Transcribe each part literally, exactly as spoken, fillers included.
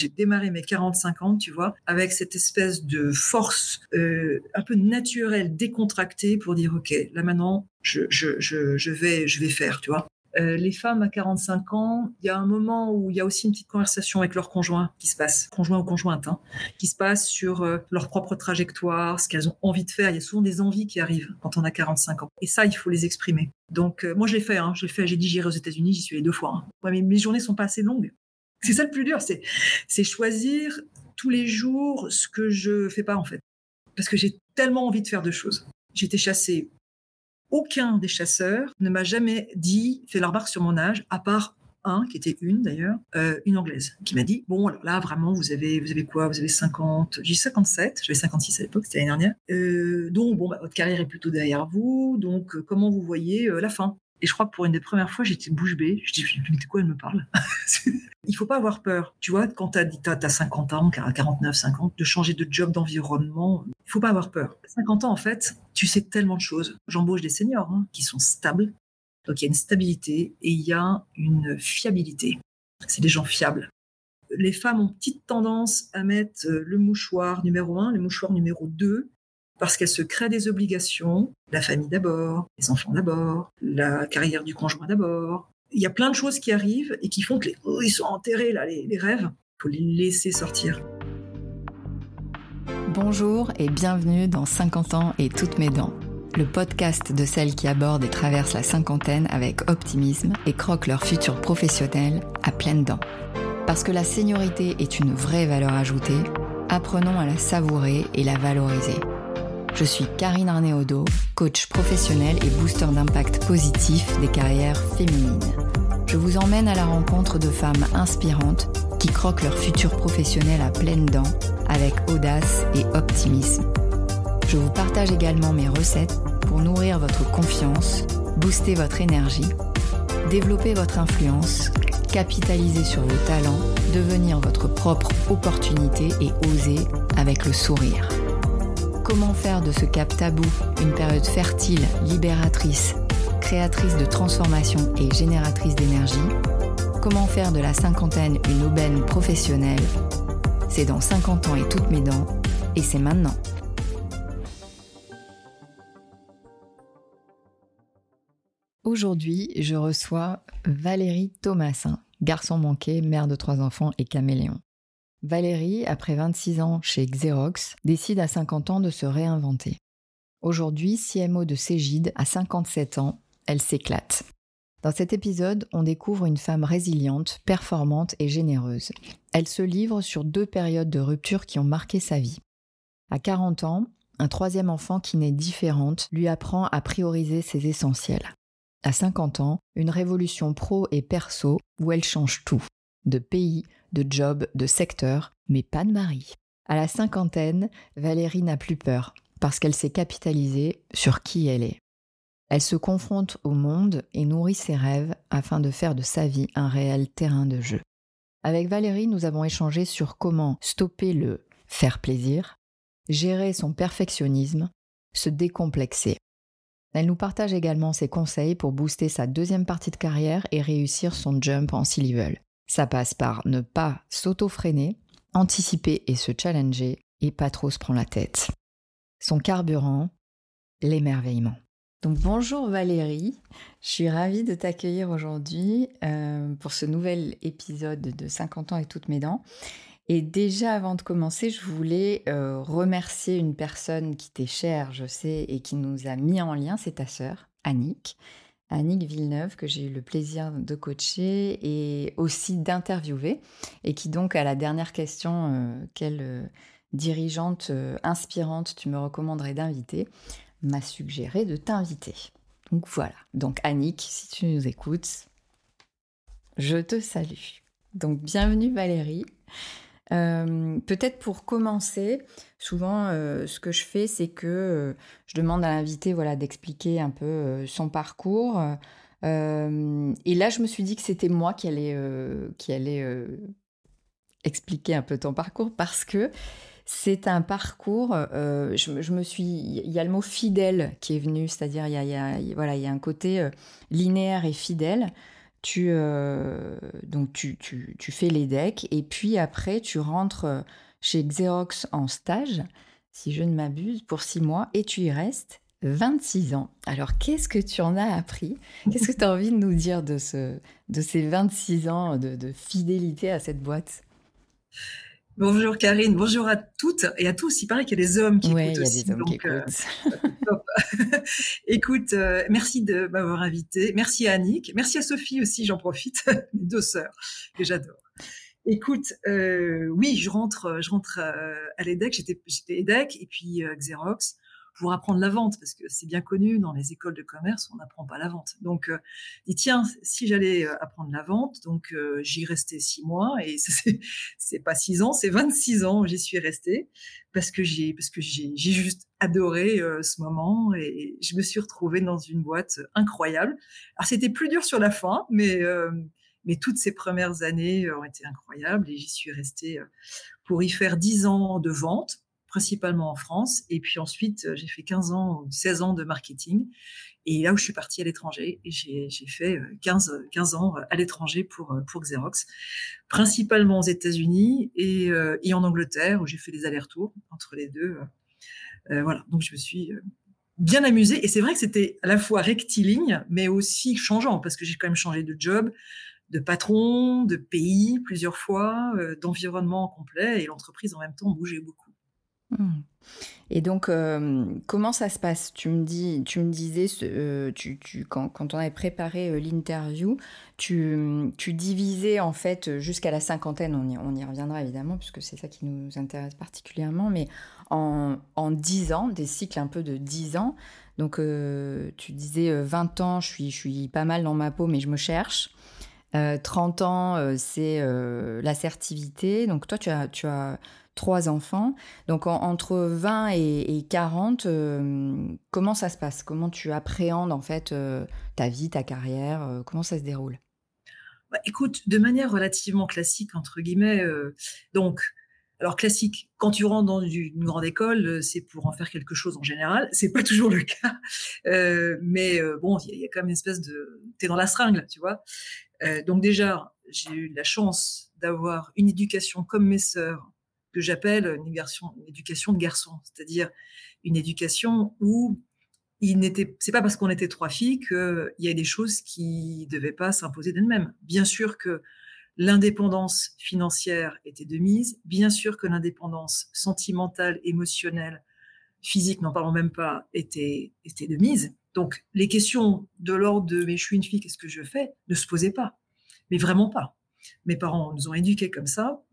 J'ai démarré mes quarante-cinq ans, tu vois, avec cette espèce de force euh, un peu naturelle, décontractée pour dire, OK, là maintenant, je, je, je, je, vais, je vais faire, tu vois. Euh, les femmes à quarante-cinq ans, il y a un moment où il y a aussi une petite conversation avec leur conjoint qui se passe, conjoint ou conjointe, hein, qui se passe sur euh, leur propre trajectoire, ce qu'elles ont envie de faire. Il y a souvent des envies qui arrivent quand on a quarante-cinq ans. Et ça, il faut les exprimer. Donc, euh, moi, je l'ai fait, hein, je l'ai fait, j'ai dit j'irai aux États-Unis, j'y suis allée deux fois. Hein. Ouais, mais mes journées sont pas assez longues. C'est ça le plus dur, c'est, c'est choisir tous les jours ce que je fais pas, en fait. Parce que j'ai tellement envie de faire deux choses. J'ai été chassée. Aucun des chasseurs ne m'a jamais dit, fait la remarque sur mon âge, à part un, qui était une d'ailleurs, euh, une anglaise, qui m'a dit, bon, alors là, vraiment, vous avez, vous avez quoi? Vous avez cinquante, j'ai cinquante-sept, j'avais cinquante-six à l'époque, c'était l'année dernière. Euh, donc, bon, bah, votre carrière est plutôt derrière vous, donc, euh, comment vous voyez euh, la fin? Et je crois que pour une des premières fois, j'étais bouche bée. Je dis, mais de quoi elle me parle? Il faut pas avoir peur. Tu vois, quand t'as, t'as, t'as cinquante ans, quarante-neuf, cinquante, de changer de job, d'environnement, il faut pas avoir peur. cinquante ans, en fait, tu sais tellement de choses. J'embauche des seniors hein, qui sont stables. Donc, il y a une stabilité et il y a une fiabilité. C'est des gens fiables. Les femmes ont petite tendance à mettre le mouchoir numéro un, le mouchoir numéro deux, parce qu'elles se créent des obligations, la famille d'abord, les enfants d'abord, la carrière du conjoint d'abord. Il y a plein de choses qui arrivent et qui font que les, oh, ils sont enterrés, là, les, les rêves. Il faut les laisser sortir. Bonjour et bienvenue dans cinquante ans et toutes mes dents, le podcast de celles qui abordent et traversent la cinquantaine avec optimisme et croquent leur futur professionnel à pleines dents. Parce que la seniorité est une vraie valeur ajoutée, apprenons à la savourer et la valoriser. Je suis Karine Arnéodo, coach professionnel et booster d'impact positif des carrières féminines. Je vous emmène à la rencontre de femmes inspirantes qui croquent leur futur professionnel à pleines dents avec audace et optimisme. Je vous partage également mes recettes pour nourrir votre confiance, booster votre énergie, développer votre influence, capitaliser sur vos talents, devenir votre propre opportunité et oser avec le sourire. Comment faire de ce cap tabou une période fertile, libératrice, créatrice de transformation et génératrice d'énergie? Comment faire de la cinquantaine une aubaine professionnelle? C'est dans cinquante ans et toutes mes dents, et c'est maintenant. Aujourd'hui, je reçois Valérie Thomassin, garçon manqué, mère de trois enfants et caméléon. Valérie, après vingt-six ans chez Xerox, décide à cinquante ans de se réinventer. Aujourd'hui, C M O de Cégide, à cinquante-sept ans, elle s'éclate. Dans cet épisode, on découvre une femme résiliente, performante et généreuse. Elle se livre sur deux périodes de rupture qui ont marqué sa vie. À quarante ans, un troisième enfant qui naît différente lui apprend à prioriser ses essentiels. À cinquante ans, une révolution pro et perso où elle change tout. De pays, de job, de secteur, mais pas de mari. À la cinquantaine, Valérie n'a plus peur, parce qu'elle s'est capitalisée sur qui elle est. Elle se confronte au monde et nourrit ses rêves afin de faire de sa vie un réel terrain de jeu. Avec Valérie, nous avons échangé sur comment stopper le faire plaisir, gérer son perfectionnisme, se décomplexer. Elle nous partage également ses conseils pour booster sa deuxième partie de carrière et réussir son jump en C-level. Ça passe par ne pas s'auto-freiner, anticiper et se challenger et pas trop se prendre la tête. Son carburant, l'émerveillement. Donc bonjour Valérie, je suis ravie de t'accueillir aujourd'hui euh, pour ce nouvel épisode de cinquante ans et toutes mes dents. Et déjà avant de commencer, je voulais euh, remercier une personne qui t'est chère, je sais, et qui nous a mis en lien, c'est ta sœur, Annick. Annick Villeneuve, que j'ai eu le plaisir de coacher et aussi d'interviewer, et qui donc, à la dernière question, euh, quelle euh, dirigeante euh, inspirante tu me recommanderais d'inviter, m'a suggéré de t'inviter. Donc voilà. Donc Annick, si tu nous écoutes, je te salue. Donc bienvenue Valérie. Euh, peut-être pour commencer, souvent euh, ce que je fais, c'est que euh, je demande à l'invité voilà, d'expliquer un peu euh, son parcours. Euh, et là, je me suis dit que c'était moi qui allais, euh, qui allais euh, expliquer un peu ton parcours parce que c'est un parcours, euh, je, je me suis, il y a le mot fidèle qui est venu, c'est-à-dire il y a, il y a, voilà, il y a un côté euh, linéaire et fidèle tu, euh, donc tu, tu, tu fais l'E D E C et puis après, tu rentres chez Xerox en stage, si je ne m'abuse, pour six mois et tu y restes vingt-six ans. Alors, qu'est-ce que tu en as appris? Qu'est-ce que tu as envie de nous dire de, ce, de ces vingt-six ans de, de fidélité à cette boîte? Bonjour Karine, bonjour à toutes et à tous. Il paraît qu'il y a des hommes qui Oui, écoutent il y a aussi, des hommes qui donc euh, écoutent. ça, c'est top. Écoute, euh, merci de m'avoir invitée. Merci à Annick, merci à Sophie aussi, j'en profite, mes deux sœurs que j'adore. Écoute, euh, oui, je rentre, je rentre euh, à l'E D E C. J'étais, j'étais E D E C et puis euh, Xerox pour apprendre la vente parce que c'est bien connu dans les écoles de commerce, on n'apprend pas la vente. Donc, euh, je dis tiens, si j'allais euh, apprendre la vente, donc euh, j'y restais six mois et c'est, c'est pas six ans, c'est vingt-six ans où j'y suis restée parce que j'ai, parce que j'ai, j'ai juste adoré euh, ce moment et je me suis retrouvée dans une boîte incroyable. Alors c'était plus dur sur la fin, mais euh, mais toutes ces premières années ont été incroyables et j'y suis restée pour y faire dix ans de vente, principalement en France. Et puis ensuite, j'ai fait quinze ans, seize ans de marketing. Et là où je suis partie à l'étranger, et j'ai, j'ai fait quinze, quinze ans à l'étranger pour, pour Xerox, principalement aux États-Unis et, et en Angleterre, où j'ai fait des allers-retours entre les deux. Euh, voilà, donc je me suis bien amusée. Et c'est vrai que c'était à la fois rectiligne, mais aussi changeant, parce que j'ai quand même changé de job, de patron, de pays plusieurs fois, euh, d'environnement complet, et l'entreprise en même temps bougeait beaucoup. Mmh. Et donc, euh, comment ça se passe? Tu me dis, tu me disais, euh, tu, tu, quand, quand on avait préparé euh, l'interview, tu, tu divisais en fait jusqu'à la cinquantaine, on y, on y reviendra évidemment, puisque c'est ça qui nous intéresse particulièrement, mais en, en dix ans, des cycles un peu de dix ans. Donc, euh, tu disais euh, vingt ans, je suis, je suis pas mal dans ma peau, mais je me cherche. Euh, trente ans, euh, c'est euh, l'assertivité. Donc toi, tu as, tu as trois enfants. Donc en- entre vingt et, et quarante, euh, comment ça se passe? Comment tu appréhendes en fait euh, ta vie, ta carrière? euh, comment ça se déroule? Bah, écoute, de manière relativement classique, entre guillemets, euh, donc, alors classique, quand tu rentres dans une grande école, euh, c'est pour en faire quelque chose en général. C'est pas toujours le cas, euh, mais euh, bon, il y, y, a quand même une espèce de, t'es dans la seringue, tu vois. Euh, donc déjà, j'ai eu la chance d'avoir une éducation comme mes sœurs, que j'appelle une éducation, une éducation de garçon, c'est-à-dire une éducation où il n'était, c'est pas parce qu'on était trois filles qu'il y a des choses qui devaient pas s'imposer d'elles-mêmes. Bien sûr que l'indépendance financière était de mise, bien sûr que l'indépendance sentimentale, émotionnelle, physique, n'en parlons même pas, était, était de mise. Donc les questions de l'ordre de mais je suis une fille, qu'est-ce que je fais, ne se posaient pas, mais vraiment pas. Mes parents nous ont éduqués comme ça.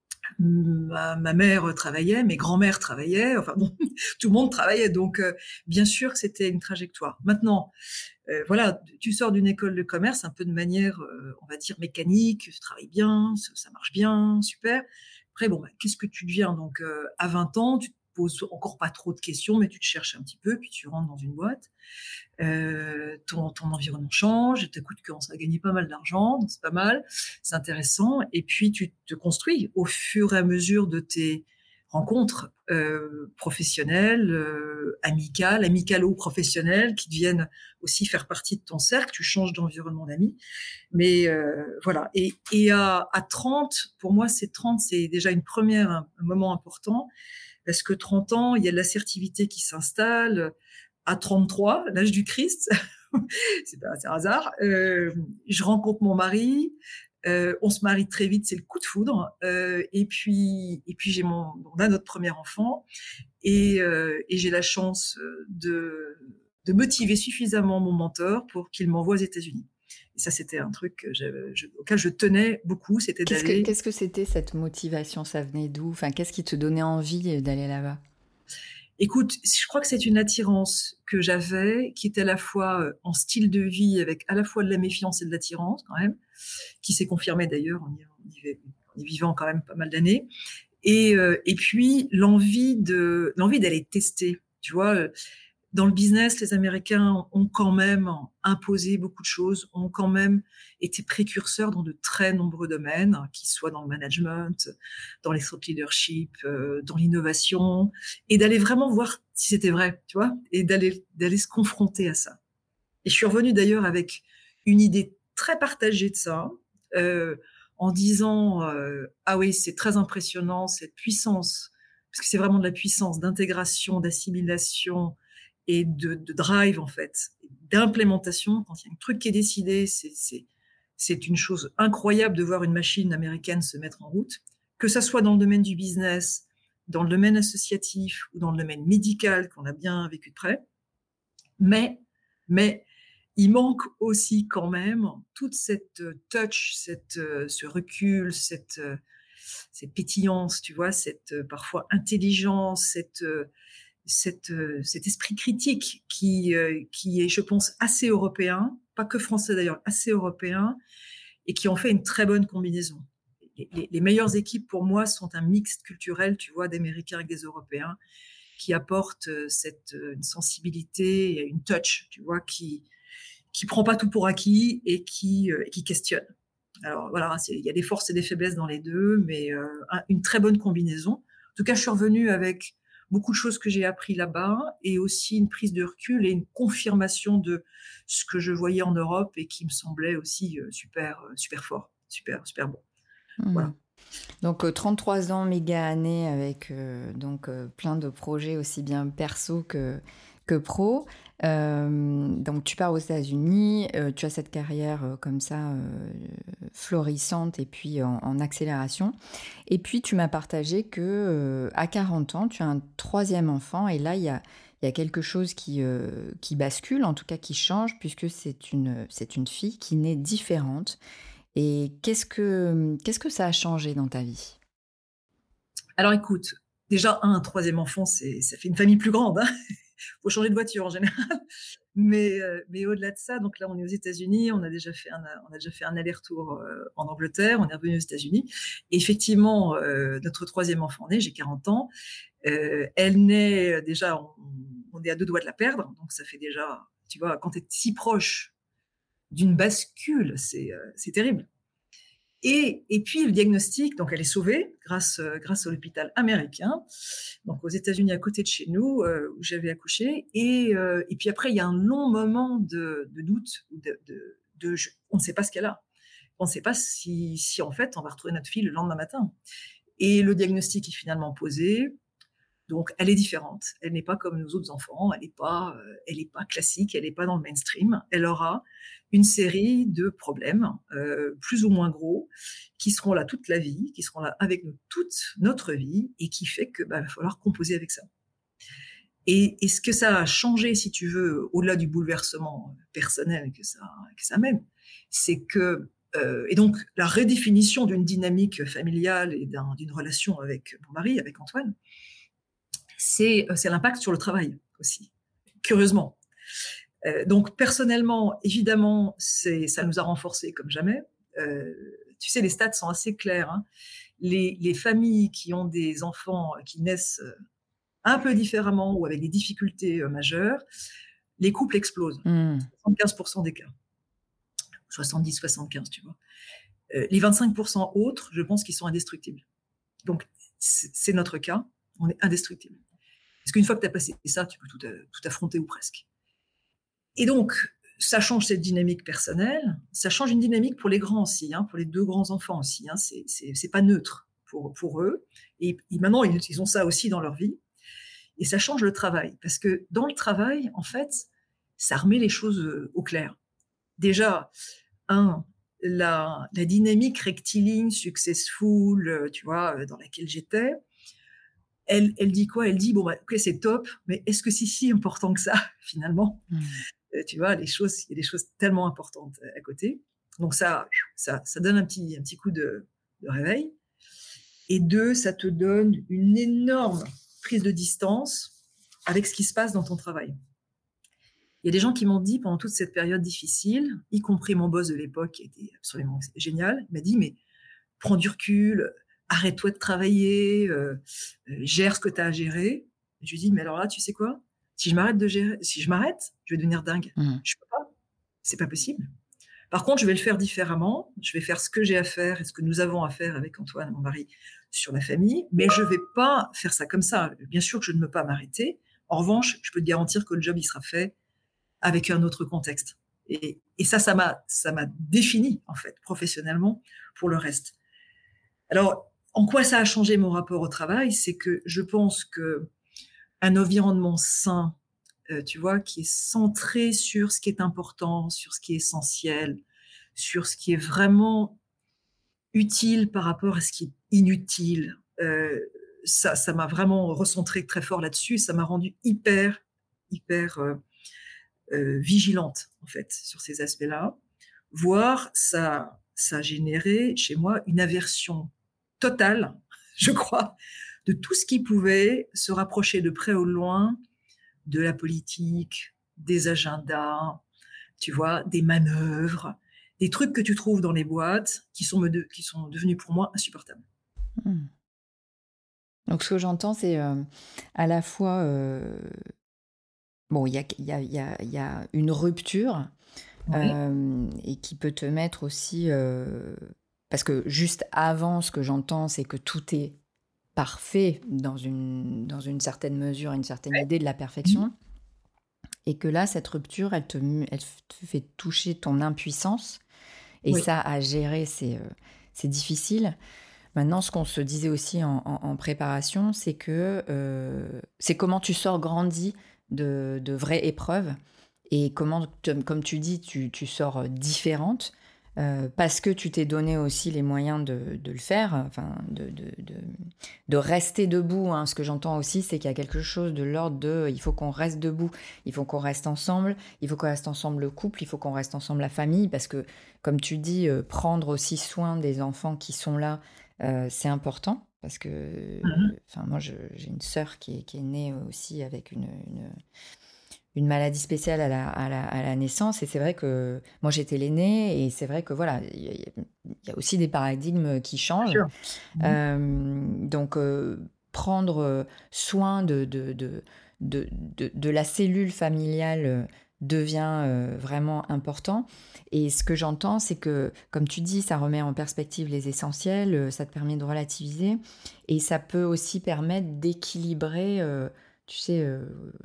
Ma, ma mère travaillait, mes grands-mères travaillaient, enfin bon, tout le monde travaillait, donc euh, bien sûr que c'était une trajectoire. Maintenant, euh, voilà, tu sors d'une école de commerce un peu de manière, euh, on va dire, mécanique, tu travailles bien, ça, ça marche bien, super. Après, bon, bah, qu'est-ce que tu deviens? Donc, euh, à vingt ans, tu te poses encore pas trop de questions, mais tu te cherches un petit peu, puis tu rentres dans une boîte. Euh, ton, ton environnement change, tu commences à gagner pas mal d'argent, donc c'est pas mal, c'est intéressant. Et puis, tu te construis au fur et à mesure de tes rencontres euh, professionnelles, euh, amicales, amicales ou professionnelles, qui deviennent aussi faire partie de ton cercle. Tu changes d'environnement d'amis. Mais euh, voilà. Et, et à, à trente, pour moi, c'est trente, c'est déjà une première, un, un moment important, parce que trente ans, il y a de l'assertivité qui s'installe. À trente-trois, l'âge du Christ, c'est pas un hasard, euh, je rencontre mon mari, euh, on se marie très vite, c'est le coup de foudre, euh, et puis, et puis j'ai mon, on a notre premier enfant, et, euh, et j'ai la chance de, de motiver suffisamment mon mentor pour qu'il m'envoie aux États-Unis. Et ça, c'était un truc que je, je, auquel je tenais beaucoup, c'était Qu'est-ce d'aller. que, qu'est-ce que c'était cette motivation? Ça venait d'où? Enfin, qu'est-ce qui te donnait envie d'aller là-bas? Écoute, je crois que c'est une attirance que j'avais, qui était à la fois en style de vie, avec à la fois de la méfiance et de l'attirance quand même, qui s'est confirmée d'ailleurs en y, en y, en y vivant quand même pas mal d'années. Et, euh, et puis l'envie de l'envie d'aller tester. Tu vois, dans le business, les Américains ont quand même imposé beaucoup de choses, ont quand même été précurseurs dans de très nombreux domaines, qu'ils soient dans le management, dans les thought leadership, euh, dans l'innovation, et d'aller vraiment voir si c'était vrai, tu vois, et d'aller d'aller se confronter à ça. Et je suis revenue d'ailleurs avec une idée très partagée de ça, euh, en disant euh, ah oui, c'est très impressionnant cette puissance, parce que c'est vraiment de la puissance d'intégration, d'assimilation et de, de drive en fait, d'implémentation. Quand il y a un truc qui est décidé, c'est, c'est, c'est une chose incroyable de voir une machine américaine se mettre en route, que ça soit dans le domaine du business, dans le domaine associatif ou dans le domaine médical qu'on a bien vécu de près. Mais, mais il manque aussi quand même toute cette touch, cette, ce recul, cette, cette pétillance, tu vois, cette parfois intelligence, cette, cette, cet esprit critique qui, qui est, je pense, assez européen, pas que français d'ailleurs, assez européen, et qui en fait une très bonne combinaison. Les, les, les meilleures équipes pour moi sont un mix culturel, tu vois, d'Américains avec des Européens, qui apportent cette une sensibilité, une touch, tu vois, qui qui prend pas tout pour acquis et qui euh, qui questionne. Alors voilà, il y a des forces et des faiblesses dans les deux, mais euh, une très bonne combinaison. En tout cas, je suis revenue avec beaucoup de choses que j'ai appris là-bas et aussi une prise de recul et une confirmation de ce que je voyais en Europe et qui me semblait aussi euh, super super fort, super super bon. Mmh. Voilà. Donc euh, trente-trois ans, méga année avec euh, donc euh, plein de projets aussi bien perso que que pro. Euh, donc tu pars aux États-Unis, euh, tu as cette carrière euh, comme ça euh, florissante et puis en, en accélération. Et puis tu m'as partagé que euh, à quarante ans, tu as un troisième enfant et là il y a il y a quelque chose qui euh, qui bascule, en tout cas qui change puisque c'est une c'est une fille qui naît différente. Et qu'est-ce que qu'est-ce que ça a changé dans ta vie? Alors écoute, déjà un, un troisième enfant, c'est ça fait une famille plus grande. Hein. Faut changer de voiture en général. Mais, euh, mais au-delà de ça, donc là, on est aux États-Unis, on a déjà fait un, on a déjà fait un aller-retour euh, en Angleterre, on est revenu aux États-Unis. Et effectivement, euh, notre troisième enfant naît, j'ai quarante ans. Euh, elle naît déjà, on, on est à deux doigts de la perdre, donc ça fait déjà, tu vois, quand tu es si proche d'une bascule, c'est, euh, c'est terrible. Et, et puis le diagnostic, donc elle est sauvée grâce, euh, grâce à l'hôpital américain, donc aux États-Unis à côté de chez nous, euh, où j'avais accouché. Et, euh, et puis après, il y a un long moment de, de doute, de, de, de je, on ne sait pas ce qu'elle a. On ne sait pas si, si en fait on va retrouver notre fille le lendemain matin. Et le diagnostic est finalement posé. Donc, elle est différente. Elle n'est pas comme nos autres enfants. Elle n'est pas, euh, elle n'est pas classique. Elle n'est pas dans le mainstream. Elle aura une série de problèmes, euh, plus ou moins gros, qui seront là toute la vie, qui seront là avec nous toute notre vie, et qui fait que bah, va falloir composer avec ça. Et, et ce que ça a changé, si tu veux, au-delà du bouleversement personnel que ça, que ça mène, c'est que euh, et donc la redéfinition d'une dynamique familiale et d'un, d'une relation avec mon mari, avec Antoine. C'est, c'est l'impact sur le travail aussi, curieusement. Euh, donc personnellement, évidemment, c'est, ça nous a renforcés comme jamais. Euh, tu sais, les stats sont assez clairs. Hein. Les, les familles qui ont des enfants qui naissent un peu différemment ou avec des difficultés majeures, les couples explosent. Mmh. soixante-quinze pour cent des cas. soixante-dix soixante-quinze, tu vois. Euh, les vingt-cinq pour cent autres, je pense qu'ils sont indestructibles. Donc, c'est, c'est notre cas. On est indestructible. Parce qu'une fois que tu as passé ça, tu peux tout, tout affronter ou presque. Et donc, ça change cette dynamique personnelle, ça change une dynamique pour les grands aussi, hein, pour les deux grands enfants aussi. Hein, c'est, c'est, c'est pas neutre pour, pour eux. Et, et maintenant, ils, ils ont ça aussi dans leur vie. Et ça change le travail. Parce que dans le travail, en fait, ça remet les choses au clair. Déjà, un, la, la dynamique rectiligne, successful, tu vois, dans laquelle j'étais, Elle, elle dit quoi? Elle dit, bon, bah, ok, c'est top, mais est-ce que c'est si important que ça, finalement? Mmh. Euh, tu vois, les choses, il y a des choses tellement importantes à côté. Donc ça, ça, ça donne un petit, un petit coup de, de réveil. Et deux, ça te donne une énorme prise de distance avec ce qui se passe dans ton travail. Il y a des gens qui m'ont dit, pendant toute cette période difficile, y compris mon boss de l'époque, qui était absolument génial, il m'a dit, mais prends du recul, arrête-toi de travailler, euh, gère ce que tu as à gérer. Et je lui dis, mais alors là, tu sais quoi? Si je m'arrête de gérer, si je m'arrête, je vais devenir dingue. Mmh. Je peux pas. C'est pas possible. Par contre, je vais le faire différemment. Je vais faire ce que j'ai à faire et ce que nous avons à faire avec Antoine, mon mari, sur la famille. Mais je vais pas faire ça comme ça. Bien sûr que je ne peux pas m'arrêter. En revanche, je peux te garantir que le job, il sera fait avec un autre contexte. Et, et ça, ça m'a, ça m'a défini, en fait, professionnellement, pour le reste. Alors, en quoi ça a changé mon rapport au travail? C'est que je pense que un environnement sain, euh, tu vois, qui est centré sur ce qui est important, sur ce qui est essentiel, sur ce qui est vraiment utile par rapport à ce qui est inutile. Euh, ça, ça m'a vraiment recentré très fort là-dessus. Ça m'a rendu hyper, hyper euh, euh, vigilante en fait sur ces aspects-là. Voire ça, ça a généré chez moi une aversion totale, je crois, de tout ce qui pouvait se rapprocher de près ou de loin de la politique, des agendas, tu vois, des manœuvres, des trucs que tu trouves dans les boîtes qui sont, me de, qui sont devenus pour moi insupportables. Mmh. Donc ce que j'entends, c'est euh, à la fois... Euh, bon, il y a, y, a, y, a, y a une rupture Oui, euh, et qui peut te mettre aussi... Euh, parce que juste avant, ce que j'entends, c'est que tout est parfait dans une, dans une certaine mesure, une certaine ouais. idée de la perfection. Et que là, cette rupture, elle te, elle te fait toucher ton impuissance. Et Oui. ça, à gérer, c'est, euh, c'est difficile. Maintenant, ce qu'on se disait aussi en, en, en préparation, c'est que euh, c'est comment tu sors grandi de, de vraies épreuves et comment, comme tu dis, tu, tu sors différente euh, parce que tu t'es donné aussi les moyens de, de le faire, enfin, de, de, de, de rester debout. Hein. Ce que j'entends aussi, c'est qu'il y a quelque chose de l'ordre de il faut qu'on reste debout, il faut qu'on reste ensemble, il faut qu'on reste ensemble le couple, il faut qu'on reste ensemble la famille parce que, comme tu dis, euh, prendre aussi soin des enfants qui sont là, euh, c'est important parce que, Mhm. enfin, moi, je, j'ai une sœur qui est, qui est née aussi avec une, une, une maladie spéciale à la, à, la, à la naissance. Et c'est vrai que moi, j'étais l'aînée et c'est vrai que voilà, il y, y, a aussi des paradigmes qui Bien changent. sûr. Mhm. Euh, donc, euh, prendre soin de, de, de, de, de, de la cellule familiale devient euh, vraiment important. Et ce que j'entends, c'est que, comme tu dis, ça remet en perspective les essentiels, ça te permet de relativiser et ça peut aussi permettre d'équilibrer, euh, tu sais, euh,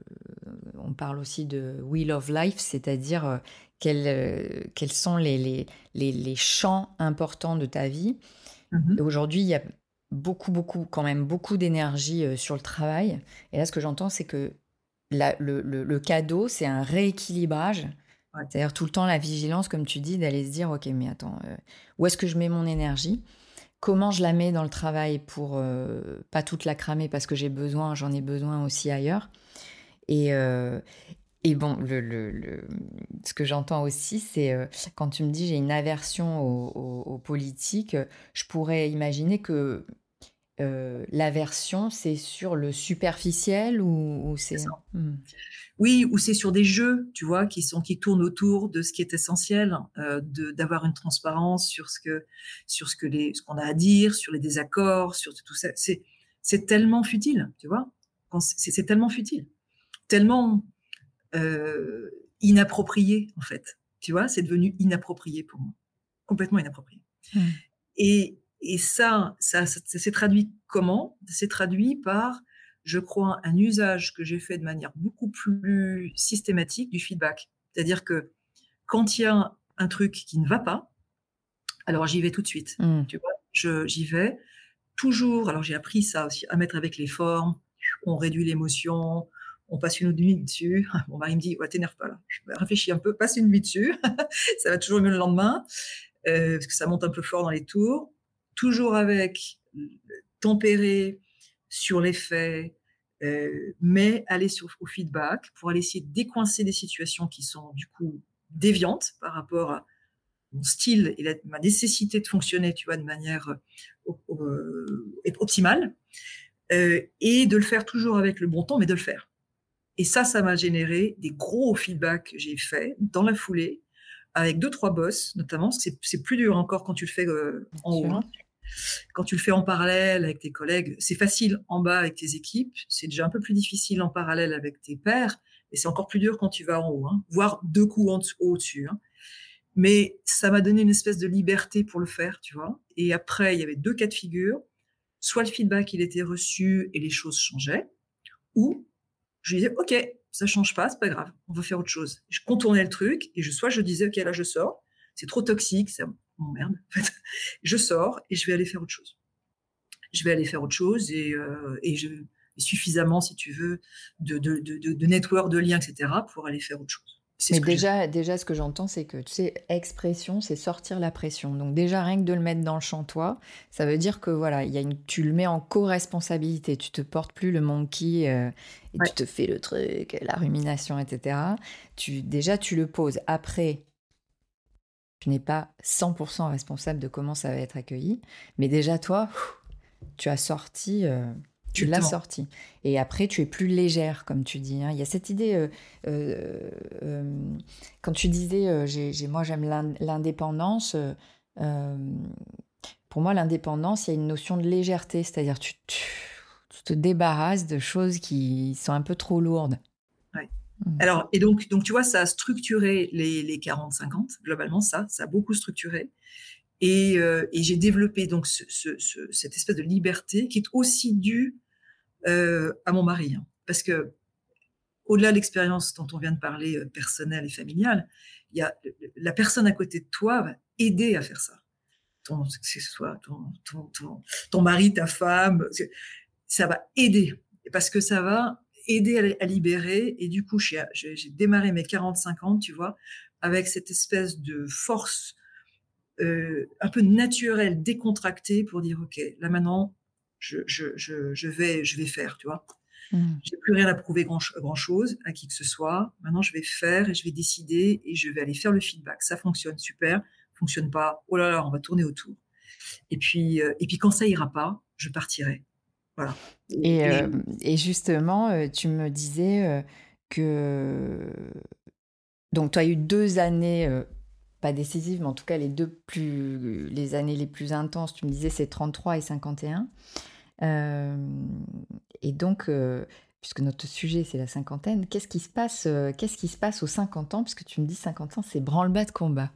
on parle aussi de wheel of life, c'est-à-dire euh, quels, euh, quels sont les, les, les, les champs importants de ta vie. Et Mhm. aujourd'hui, il y a beaucoup, beaucoup, quand même beaucoup d'énergie euh, sur le travail. Et là, ce que j'entends, c'est que la, le, le, le cadeau, c'est un rééquilibrage. Ouais. C'est-à-dire tout le temps la vigilance, comme tu dis, d'aller se dire, OK, mais attends, euh, où est-ce que je mets mon énergie? Comment je la mets dans le travail pour euh, pas toute la cramer parce que j'ai besoin, j'en ai besoin aussi ailleurs. Et, euh, et bon, le, le, le, ce que j'entends aussi, c'est euh, quand tu me dis j'ai une aversion aux, aux, aux politiques, je pourrais imaginer que euh, l'aversion, c'est sur le superficiel ou, ou C'est c'est... ça. Hmm. Oui, ou c'est sur des jeux, tu vois, qui sont qui tournent autour de ce qui est essentiel, euh, de d'avoir une transparence sur ce que sur ce que les ce qu'on a à dire, sur les désaccords, sur tout ça. C'est c'est tellement futile, tu vois. Quand c'est c'est tellement futile, tellement euh, inapproprié en fait. Tu vois, c'est devenu inapproprié pour moi, complètement inapproprié. Hmm. Et et ça, ça, ça, ça s'est traduit comment? Ça s'est traduit par, je crois, un usage que j'ai fait de manière beaucoup plus systématique du feedback. C'est-à-dire que quand il y a un truc qui ne va pas, alors j'y vais tout de suite. Hmm. Tu vois, je, j'y vais toujours. Alors j'ai appris ça aussi à mettre avec les formes. On réduit l'émotion, on passe une nuit dessus. Mon mari me dit, ouais, t'énerve pas là. Je réfléchis un peu, passe une nuit dessus. Ça va toujours mieux le lendemain, euh, parce que ça monte un peu fort dans les tours. Toujours avec tempérer sur les faits, euh, mais aller sur, au feedback pour aller essayer de décoincer des situations qui sont du coup déviantes par rapport à mon style et la, ma nécessité de fonctionner, tu vois, de manière euh, euh, optimale, euh, et de le faire toujours avec le bon temps, mais de le faire. Et ça, ça m'a généré des gros feedbacks que j'ai fait dans la foulée, avec deux, trois boss, notamment. C'est, c'est plus dur encore quand tu le fais euh, Bien en haut. sûr. Hein. Quand tu le fais en parallèle avec tes collègues, c'est facile en bas avec tes équipes. C'est déjà un peu plus difficile en parallèle avec tes pairs. Et c'est encore plus dur quand tu vas en haut, hein, voire deux coups en dessous, au-dessus. Hein. Mais ça m'a donné une espèce de liberté pour le faire, tu vois. Et après, il y avait deux cas de figure. Soit le feedback, il était reçu et les choses changeaient, ou je lui disais, OK, ça change pas, c'est pas grave, on va faire autre chose. Je contournais le truc et je, soit je disais, ok, là je sors, c'est trop toxique, ça m'emmerde. En fait. Je sors et je vais aller faire autre chose. Je vais aller faire autre chose et, euh, et je suffisamment, si tu veux, de, de, de, de, de network, de liens, et cetera, pour aller faire autre chose. C'est Mais ce que j'ai fait. déjà, déjà, ce que j'entends, c'est que, tu sais, expression, c'est sortir la pression. Donc déjà, rien que de le mettre dans le champ, toi, ça veut dire que, voilà, il y a une, tu le mets en co-responsabilité. Tu te portes plus le monkey euh, et Ouais, tu te fais le truc, la rumination, et cetera. Tu, déjà, tu le poses. Après, tu n'es pas cent pour cent responsable de comment ça va être accueilli. Mais déjà, toi, tu as sorti, euh, tu l'as exactement. sorti. Et après, tu es plus légère, comme tu dis. Hein. Il y a cette idée, euh, euh, euh, quand tu disais, euh, j'ai, j'ai- moi j'aime l'in- l'indépendance, euh, euh, pour moi l'indépendance, il y a une notion de légèreté, c'est-à-dire tu, tu, tu te débarrasses de choses qui sont un peu trop lourdes. Ouais. Mm. Alors, et donc, donc, tu vois, ça a structuré les, les quarante cinquante, globalement, ça, ça a beaucoup structuré. Et, euh, et j'ai développé donc ce, ce, ce, cette espèce de liberté qui est aussi due euh, à mon mari. Hein. Parce que, au-delà de l'expérience dont on vient de parler, euh, personnelle et familiale, il y a la personne à côté de toi va aider à faire ça. Ton, que ce soit ton, ton, ton, ton mari, ta femme, ça va aider. Parce que ça va aider à, à libérer. Et du coup, j'ai, j'ai démarré mes quarante cinquante, tu vois, avec cette espèce de force euh, un peu naturelle, décontractée pour dire, OK, là maintenant, je, je, je, je, vais, je vais faire, tu vois. Mm. J'ai plus rien à prouver grand, grand chose à qui que ce soit. Maintenant, je vais faire et je vais décider et je vais aller faire le feedback. Ça fonctionne, super. Fonctionne pas. Oh là là, on va tourner autour. Et puis, euh, et puis quand ça ira pas, je partirai. Voilà. Et, Et, et je, euh, et justement, euh, tu me disais euh, que... Donc, tu as eu deux années, euh, pas décisives, mais en tout cas les deux plus... les années les plus intenses. Tu me disais c'est trente-trois et cinquante et un. Euh, et donc, euh, puisque notre sujet c'est la cinquantaine, qu'est-ce qui se passe, euh, qu'est-ce qui se passe aux cinquante ans? Puisque tu me dis cinquante ans, c'est branle-bas de combat.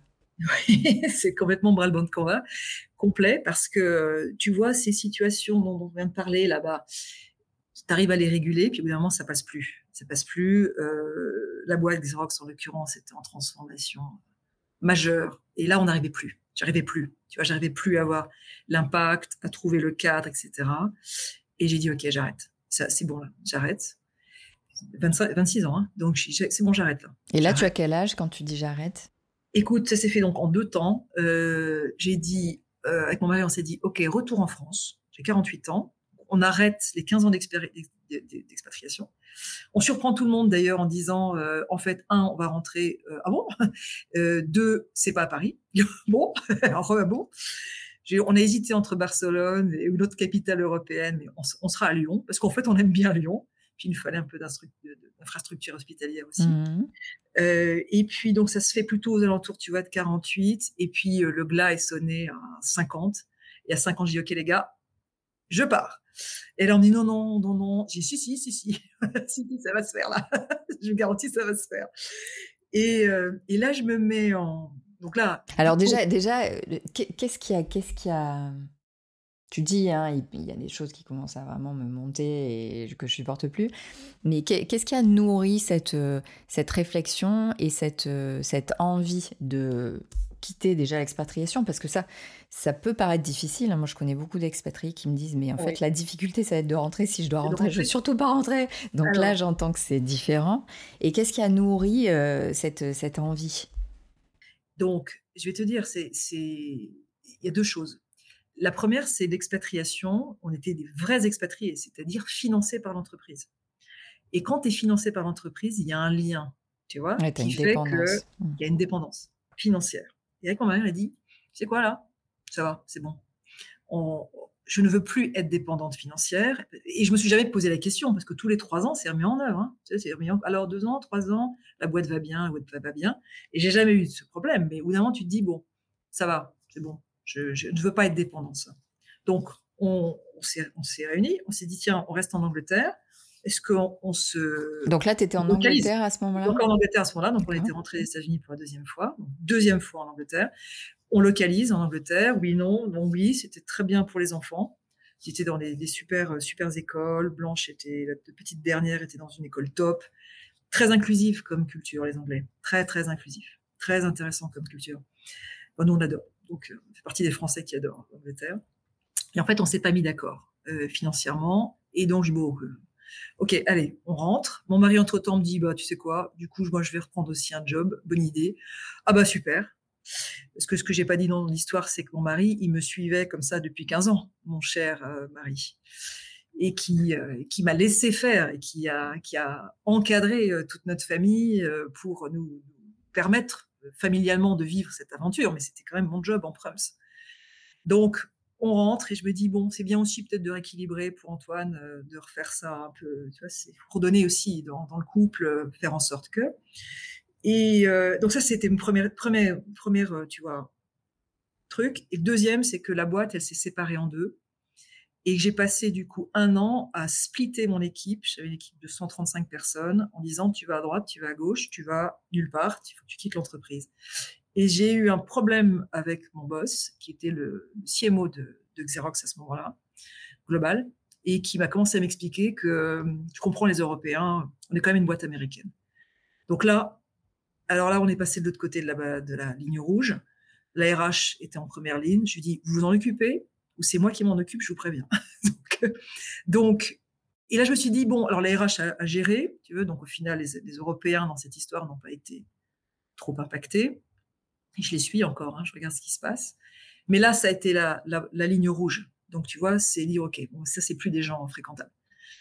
c'est complètement bras-le-bas de combat complet parce que tu vois ces situations dont on vient de parler là-bas, tu arrives à les réguler, puis au bout d'un moment ça passe plus, ça passe plus. Euh, la boîte Xerox en l'occurrence était en transformation majeure et là on n'arrivait plus, j'arrivais plus, tu vois, j'arrivais plus à avoir l'impact, à trouver le cadre, et cetera. Et j'ai dit ok, j'arrête, ça c'est bon là, j'arrête. vingt-cinq, vingt-six ans, hein, donc c'est bon, j'arrête là, Et là, tu as j'arrête. quel âge quand tu dis j'arrête? Écoute, ça s'est fait donc en deux temps. Euh, j'ai dit, euh, avec mon mari, on s'est dit, OK, retour en France. J'ai quarante-huit ans. On arrête les quinze ans d'expéri- d'expatriation. On surprend tout le monde d'ailleurs en disant, euh, en fait, un, on va rentrer. Euh, ah bon. Euh, deux, c'est pas à Paris. Bon, alors ah bon. J'ai- on a hésité entre Barcelone et une autre capitale européenne, mais on, s- on sera à Lyon parce qu'en fait, on aime bien Lyon. Puis il nous fallait un peu d'instru- de- de- d'infrastructure hospitalière aussi. Mhm. Euh, et puis, donc, ça se fait plutôt aux alentours, tu vois, de quarante-huit. Et puis, euh, le glas est sonné à cinquante. Et à cinquante, je dis, OK, les gars, je pars. Et là, on me dit, non, non, non, non. J'ai dit, si, si, si, si. si, si, ça va se faire, là. je vous garantis, ça va se faire. Et, euh, et là, je me mets en... Donc là, Alors oh, déjà, déjà, euh, qu'est- qu'est-ce qui a, qu'est-ce qui a... Tu dis, hein, il il y a des choses qui commencent à vraiment me monter et que je supporte plus. Mais qu'est- qu'est-ce qui a nourri cette, euh, cette réflexion et cette, euh, cette envie de quitter déjà l'expatriation? Parce que ça, ça peut paraître difficile. Hein. Moi, je connais beaucoup d'expatriés qui me disent, mais en oui, fait, la difficulté, ça va être de rentrer. Si je dois c'est de rentrer, je veux rentrer. surtout pas rentrer. Donc là, Alors, j'entends que c'est différent. Et qu'est-ce qui a nourri euh, cette, cette envie? donc, je vais te dire, c'est, c'est... il y a deux choses. La première, c'est l'expatriation. On était des vrais expatriés, c'est-à-dire financés par l'entreprise. Et quand tu es financé par l'entreprise, il y a un lien, tu vois, Ouais, t'as qui une fait qu'il dépendance. Mm. y a une dépendance financière. Et avec mon mari, on a dit, c'est quoi là? Ça va, c'est bon. On, je ne veux plus être dépendante financière. Et je me suis jamais posé la question, parce que tous les trois ans, c'est remis en œuvre. Hein. Tu sais, c'est remis en... Alors, deux ans, trois ans, la boîte va bien, la boîte va pas bien. Et j'ai jamais eu ce problème. Mais au bout d'un moment, tu te dis, bon, ça va, c'est bon. Je, je ne veux pas être dépendante. Ça. Donc, on, on s'est, on s'est réunis, on s'est dit, tiens, on reste en Angleterre. Est-ce qu'on on se Donc là, tu étais en localise? Angleterre à ce moment-là? Encore en Angleterre à ce moment-là, donc on D'accord. était rentré des États-Unis pour la deuxième fois, donc deuxième fois en Angleterre. On localise en Angleterre, oui, non, non, oui, c'était très bien pour les enfants. Ils étaient dans des, des super, super écoles. Blanche était, la petite dernière était dans une école top. Très inclusif comme culture, les Anglais. Très, très inclusif. Très intéressant comme culture. Bon, nous, on adore. Donc, euh, on fait partie des Français qui adorent l'Angleterre. Et en fait, on s'est pas mis d'accord euh, financièrement. Et donc, je bon, euh, ok, allez, on rentre. Mon mari, entre-temps, me dit, bah, tu sais quoi, du coup, moi, je vais reprendre aussi un job. Bonne idée. Ah bah, super. Parce que ce que j'ai pas dit dans l'histoire, c'est que mon mari, il me suivait comme ça depuis quinze ans, mon cher euh, mari. Et qui, euh, qui m'a laissé faire et qui a, qui a encadré euh, toute notre famille euh, pour nous permettre euh, familialement de vivre cette aventure. Mais c'était quand même mon job en prums. Donc, on rentre et je me dis, bon, c'est bien aussi peut-être de rééquilibrer pour Antoine, euh, de refaire ça un peu, tu vois, c'est pour donner aussi dans, dans le couple, euh, faire en sorte que. Et euh, donc ça, c'était une première, première, première euh, tu vois, truc. Et le deuxième, c'est que la boîte, elle s'est séparée en deux. Et j'ai passé du coup un an à splitter mon équipe. J'avais une équipe de cent trente-cinq personnes en disant, tu vas à droite, tu vas à gauche, tu vas nulle part, il faut que tu quittes l'entreprise. Et j'ai eu un problème avec mon boss, qui était le C M O de, de Xerox à ce moment-là, global, et qui m'a commencé à m'expliquer que, tu comprends, les Européens, on est quand même une boîte américaine. Donc là, alors là, on est passé de l'autre côté de la, de la ligne rouge. La R H était en première ligne. Je lui dis, vous vous en occupez ou c'est moi qui m'en occupe, je vous préviens. donc, donc, et là, je me suis dit, bon, alors la R H a, a géré, tu veux, donc au final, les, les Européens dans cette histoire n'ont pas été trop impactés. Et je les suis encore, hein, je regarde ce qui se passe. Mais là, ça a été la, la, la ligne rouge. Donc, tu vois, c'est dire, OK, bon, ça, c'est plus des gens fréquentables.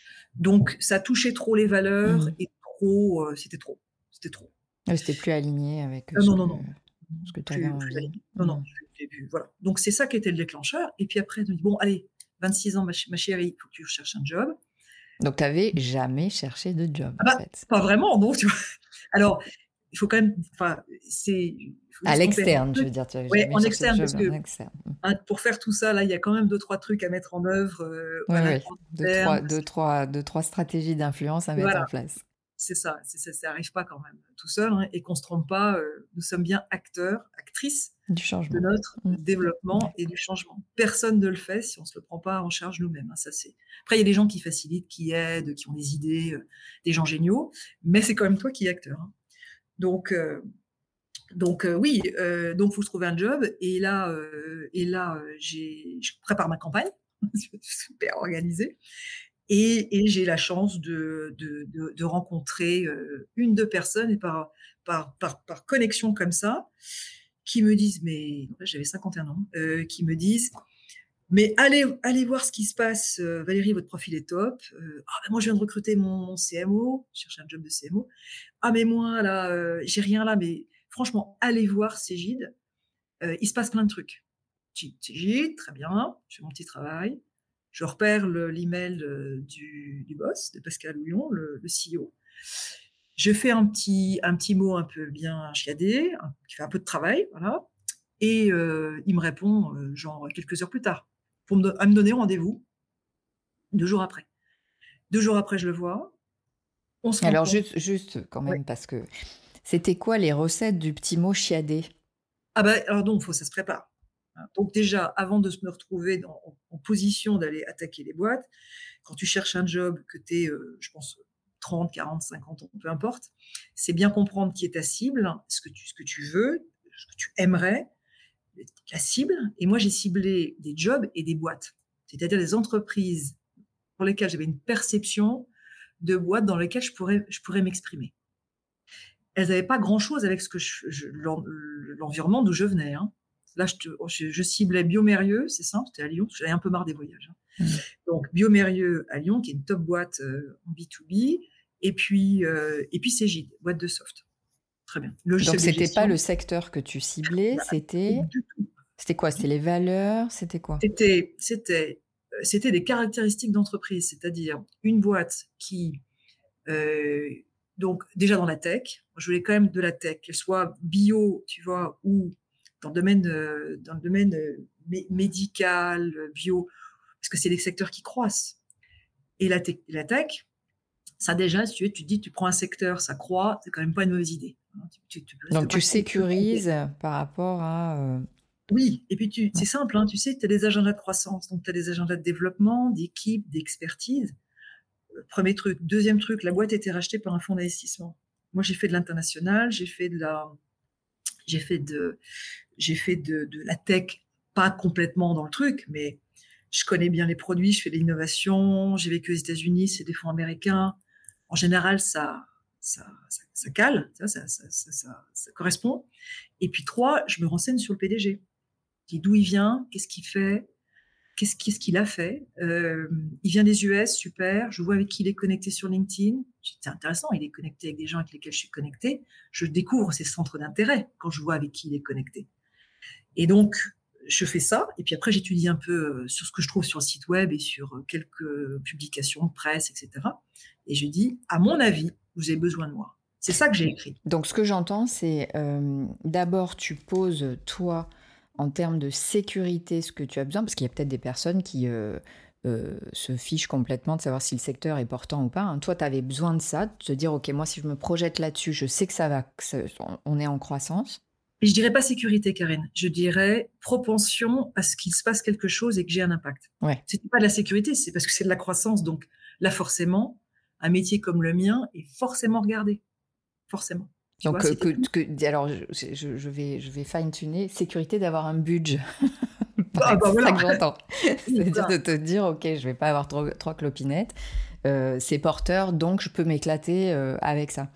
Donc, ça touchait trop les valeurs mmh. et trop, euh, c'était trop. C'était trop. Oui, c'était plus aligné avec ah, ce, non, que, non, non. ce que tu avais envie. Non, non, j'ai vu, voilà. Donc, c'est ça qui était le déclencheur. Et puis après, je me dis, bon, allez, vingt-six ans, ma, ch- ma chérie, il faut que tu cherches un job. Donc, tu n'avais jamais cherché de job, ah bah, en fait. Pas vraiment, non, tu vois. Alors, il faut quand même, enfin, c'est... À l'externe, je veux dire, tu n'avais ouais, jamais en cherché externe, de parce job que en externe. hein, pour faire tout ça, là, il y a quand même deux, trois trucs à mettre en œuvre. Euh, oui, voilà, oui. Deux, trois, deux, trois, deux, trois stratégies d'influence à mettre voilà. en place. C'est ça, c'est ça, ça n'arrive pas quand même tout seul, hein, et qu'on ne se trompe pas, euh, nous sommes bien acteurs, actrices du changement. de notre mmh. développement ouais. et du changement. Personne ne le fait si on ne se le prend pas en charge nous-mêmes. Hein, ça, c'est... Après, il y a des gens qui facilitent, qui aident, qui ont des idées, euh, des gens géniaux, mais c'est quand même toi qui es acteur. Hein. Donc, euh, donc euh, oui, euh, donc faut se trouver un job, et là, euh, et là euh, j'ai, je prépare ma campagne, super organisée. Et, et j'ai la chance de, de, de, de rencontrer euh, une, deux personnes, et par, par, par, par connexion comme ça, qui me disent, mais j'avais cinquante et un ans, euh, qui me disent, mais allez, allez voir ce qui se passe, euh, Valérie, votre profil est top. Euh, ah, ben moi, je viens de recruter mon, mon C M O, je cherche un job de C M O. Ah, mais moi, là, euh, j'ai rien là, mais franchement, allez voir Cégide, euh, il se passe plein de trucs. Cégide, très bien, je fais mon petit travail. Je repère le, l'email de, du, du boss, de Pascal Houillon, le, le C E O. Je fais un petit, un petit mot un peu bien chiadé, un, qui fait un peu de travail, voilà. Et euh, il me répond, euh, genre, quelques heures plus tard, pour me, à me donner rendez-vous deux jours après. Deux jours après, je le vois. On se Alors, rencontre. juste, juste quand même, ouais. Parce que c'était quoi les recettes du petit mot chiadé? Ah ben, alors donc, faut, ça se prépare. Donc déjà, avant de me retrouver dans, en, en position d'aller attaquer les boîtes, quand tu cherches un job, que tu es, euh, je pense, trente, quarante, cinquante ans, peu importe, c'est bien comprendre qui est ta cible, ce que tu, ce que tu veux, ce que tu aimerais, la cible. Et moi, j'ai ciblé des jobs et des boîtes, c'est-à-dire des entreprises pour lesquelles j'avais une perception de boîtes dans lesquelles je pourrais, je pourrais m'exprimer. Elles n'avaient pas grand-chose avec ce que je, je, l'environnement d'où je venais. Hein. Là, je, te, je, je ciblais Biomérieux, c'est simple, c'était à Lyon, j'avais un peu marre des voyages. Hein. Mmh. Donc, Biomérieux à Lyon, qui est une top boîte euh, en B deux B, et puis, euh, et puis Cégide, boîte de soft. Très bien. Logiciel Donc, ce n'était pas le secteur que tu ciblais, bah, c'était... C'était quoi? C'était les valeurs? C'était quoi? C'était, c'était, c'était des caractéristiques d'entreprise, c'est-à-dire une boîte qui... Euh, donc, déjà dans la tech, je voulais quand même de la tech, qu'elle soit bio, tu vois, ou dans le domaine, euh, dans le domaine euh, médical, bio, parce que c'est des secteurs qui croissent. Et la, te- la tech, ça déjà, si tu veux, tu te dis, tu prends un secteur, ça croît, c'est quand même pas une mauvaise idée. Tu, tu, tu Donc, tu sécurises par rapport à... Euh... Oui, et puis tu, c'est simple, hein, tu sais, tu as des agendas de croissance, donc tu as des agendas de développement, d'équipe, d'expertise. Premier truc. Deuxième truc, la boîte a été rachetée par un fonds d'investissement. Moi, j'ai fait de l'international, j'ai fait de la, j'ai fait de, j'ai fait de, de la tech, pas complètement dans le truc, mais je connais bien les produits, je fais de l'innovation, j'ai vécu aux États-Unis, c'est des fonds américains. En général, ça, ça, ça, ça cale, ça, ça, ça, ça, ça, ça correspond. Et puis trois, je me renseigne sur le P D G. Je dis d'où il vient, qu'est-ce qu'il fait, qu'est-ce, qu'est-ce qu'il a fait. Euh, il vient des U S, super. Je vois avec qui il est connecté sur LinkedIn. C'est intéressant, il est connecté avec des gens avec lesquels je suis connectée. Je découvre ses centres d'intérêt quand je vois avec qui il est connecté. Et donc, je fais ça, et puis après, j'étudie un peu sur ce que je trouve sur le site web et sur quelques publications de presse, et cetera. Et je dis, à mon avis, vous avez besoin de moi. C'est ça que j'ai écrit. Donc, ce que j'entends, c'est euh, d'abord, tu poses, toi, en termes de sécurité, ce que tu as besoin, parce qu'il y a peut-être des personnes qui euh, euh, se fichent complètement de savoir si le secteur est portant ou pas. Hein. Toi, tu avais besoin de ça, de te dire, OK, moi, si je me projette là-dessus, je sais que ça va, que ça, on est en croissance. Et je dirais pas sécurité, Karine. Je dirais propension à ce qu'il se passe quelque chose et que j'ai un impact. Ouais. C'est pas de la sécurité, c'est parce que c'est de la croissance. Donc là, forcément, un métier comme le mien est forcément regardé. Forcément. Tu Donc, vois, que, que, alors, je, je, je vais, je vais fine-tuner. Sécurité d'avoir un budget. Ah bah c'est voilà. ça que j'entends. C'est-à-dire de te dire, OK, je vais pas avoir trois, trois clopinettes. Euh, c'est porteur, donc je peux m'éclater euh, avec ça.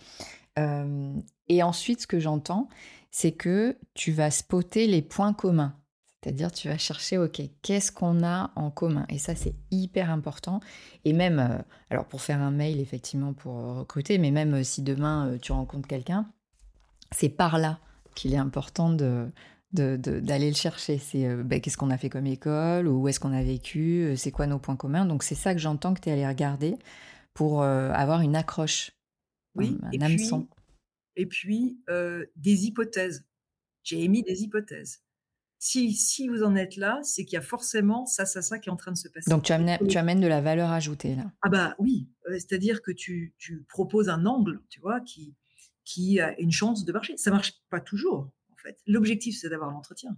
Euh, et ensuite, ce que j'entends, c'est que tu vas spotter les points communs. C'est-à-dire, tu vas chercher, OK, qu'est-ce qu'on a en commun? Et ça, c'est hyper important. Et même, euh, alors pour faire un mail, effectivement, pour recruter, mais même euh, si demain, euh, tu rencontres quelqu'un, c'est par là qu'il est important de, de, de, d'aller le chercher. C'est euh, ben, qu'est-ce qu'on a fait comme école, ou où est-ce qu'on a vécu, euh, c'est quoi nos points communs. Donc, c'est ça que j'entends que tu es allé regarder pour euh, avoir une accroche, Oui, un, un et hameçon. puis, et puis euh, des hypothèses. J'ai émis des hypothèses. Si, si vous en êtes là, c'est qu'il y a forcément ça, ça, ça qui est en train de se passer. Donc, tu amènes, tu amènes de la valeur ajoutée, là. Ah bah oui, euh, c'est-à-dire que tu, tu proposes un angle, tu vois, qui, qui a une chance de marcher. Ça marche pas toujours, en fait. L'objectif, c'est d'avoir l'entretien.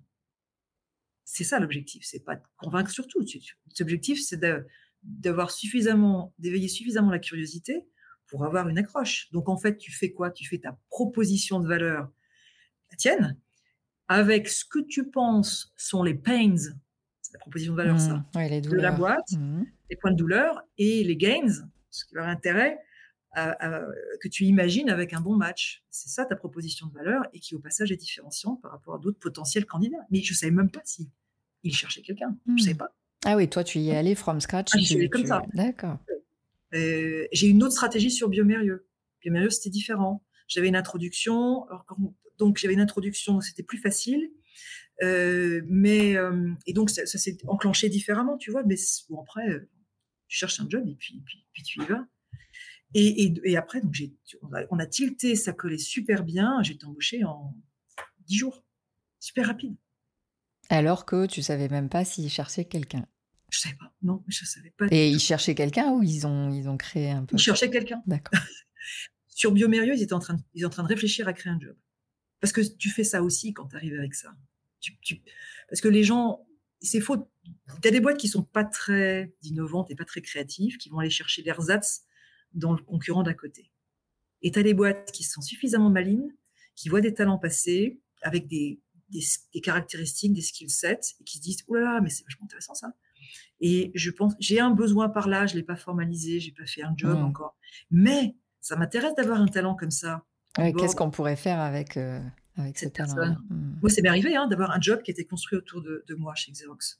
C'est ça l'objectif, c'est pas de convaincre sur tout. L'objectif, c'est de, d'avoir suffisamment, d'éveiller suffisamment la curiosité pour avoir une accroche. Donc en fait, tu fais quoi? Tu fais ta proposition de valeur, la tienne, avec ce que tu penses sont les pains, c'est la proposition de valeur, Mmh, ça, ouais, les de la douleurs. boîte, Mmh. les points de douleur et les gains, ce qui leur intérêt, à, à, que tu imagines avec un bon match. C'est ça ta proposition de valeur et qui au passage est différenciante par rapport à d'autres potentiels candidats. Mais je savais même pas si il cherchait quelqu'un. Mmh. Je savais pas. Ah oui, toi, tu y es allé from scratch. Ah, j'y suis tu, allée comme tu... ça. D'accord. Euh, j'ai une autre stratégie sur Biomérieux. Biomérieux, c'était différent. J'avais une introduction. Alors, donc, j'avais une introduction, c'était plus facile. Euh, mais euh, et donc ça, ça s'est enclenché différemment, tu vois. Mais bon, après, euh, tu cherches un job et puis, puis, puis tu y vas. Et, et, et après, donc j'ai, on, a, on a tilté, ça collait super bien. J'ai été embauchée en dix jours, super rapide. Alors que tu savais même pas s'ils cherchaient quelqu'un. Je savais pas, non, je savais pas. Et ils cherchaient quelqu'un ou ils ont, ils ont créé un poste? Ils cherchaient quelqu'un. D'accord. Sur Biomérieux, ils étaient en train, de, ils étaient en train de réfléchir à créer un job. Parce que tu fais ça aussi quand tu arrives avec ça. Tu, tu, parce que les gens, c'est faux. Tu as des boîtes qui sont pas très innovantes et pas très créatives, qui vont aller chercher l'ersatz dans le concurrent d'à côté. Et tu as des boîtes qui sont suffisamment malines, qui voient des talents passer avec des, des, des caractéristiques, des skill sets, et qui se disent « Oh là là, mais c'est vachement intéressant ça ». Et je pense, j'ai un besoin par là, je l'ai pas formalisé, j'ai pas fait un job Mmh. encore. Mais ça m'intéresse d'avoir un talent comme ça. Ouais, qu'est-ce qu'on pourrait faire avec, euh, avec ce cette talent-là? personne. Mmh. Moi, c'est m'est arrivé hein, d'avoir un job qui était construit autour de, de moi chez Xerox.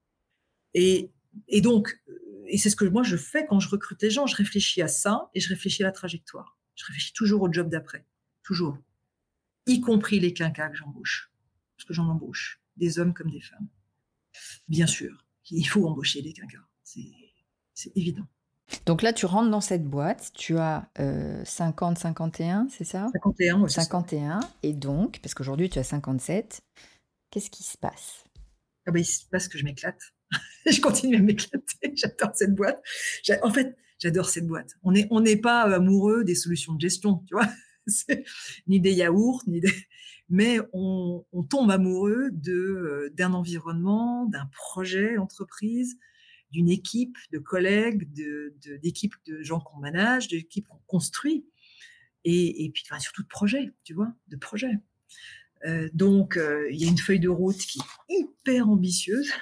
Et, et donc, et c'est ce que moi je fais quand je recrute les gens, je réfléchis à ça et je réfléchis à la trajectoire. Je réfléchis toujours au job d'après, toujours, y compris les quinquas que j'embauche, parce que j'en embauche, des hommes comme des femmes. Bien sûr, il faut embaucher des quinquas, c'est, c'est évident. Donc là, tu rentres dans cette boîte, tu as euh, cinquante, cinquante et un, c'est ça? cinquante et un, ouais, c'est ça. cinquante et un, et donc, parce qu'aujourd'hui tu as cinquante-sept, qu'est-ce qui se passe? Ah ben, il se passe que je m'éclate. Je continue à m'éclater. J'adore cette boîte. J'a- En fait, j'adore cette boîte. On n'est on n'est pas amoureux des solutions de gestion, tu vois, C'est- ni des yaourts, ni des... mais on, on tombe amoureux de euh, d'un environnement, d'un projet d'entreprise d'une équipe de collègues, de, de, d'équipes de gens qu'on manage, d'équipes qu'on construit, et, et puis enfin, surtout de projets, tu vois, de projets. Euh, donc, euh, il y a une feuille de route qui est hyper ambitieuse.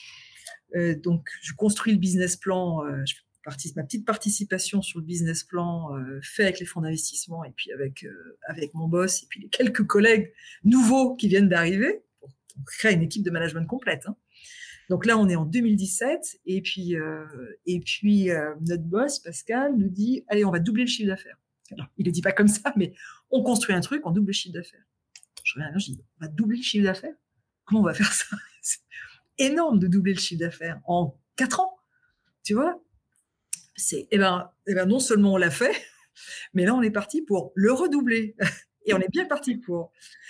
Euh, donc, je construis le business plan, euh, je participe, ma petite participation sur le business plan euh, fait avec les fonds d'investissement et puis avec, euh, avec mon boss et puis les quelques collègues nouveaux qui viennent d'arriver pour, pour créer une équipe de management complète. Hein. Donc là, on est en deux mille dix-sept et puis, euh, et puis euh, notre boss, Pascal, nous dit « Allez, on va doubler le chiffre d'affaires. » Alors, il ne le dit pas comme ça, mais on construit un truc, on double le chiffre d'affaires. Je reviens, je dis « On va doubler le chiffre d'affaires ? Comment on va faire ça ?» C'est énorme de doubler le chiffre d'affaires en quatre ans, tu vois. C'est, eh ben, eh ben, non seulement on l'a fait, mais là, on est parti pour le redoubler. Et on est bien parti pour.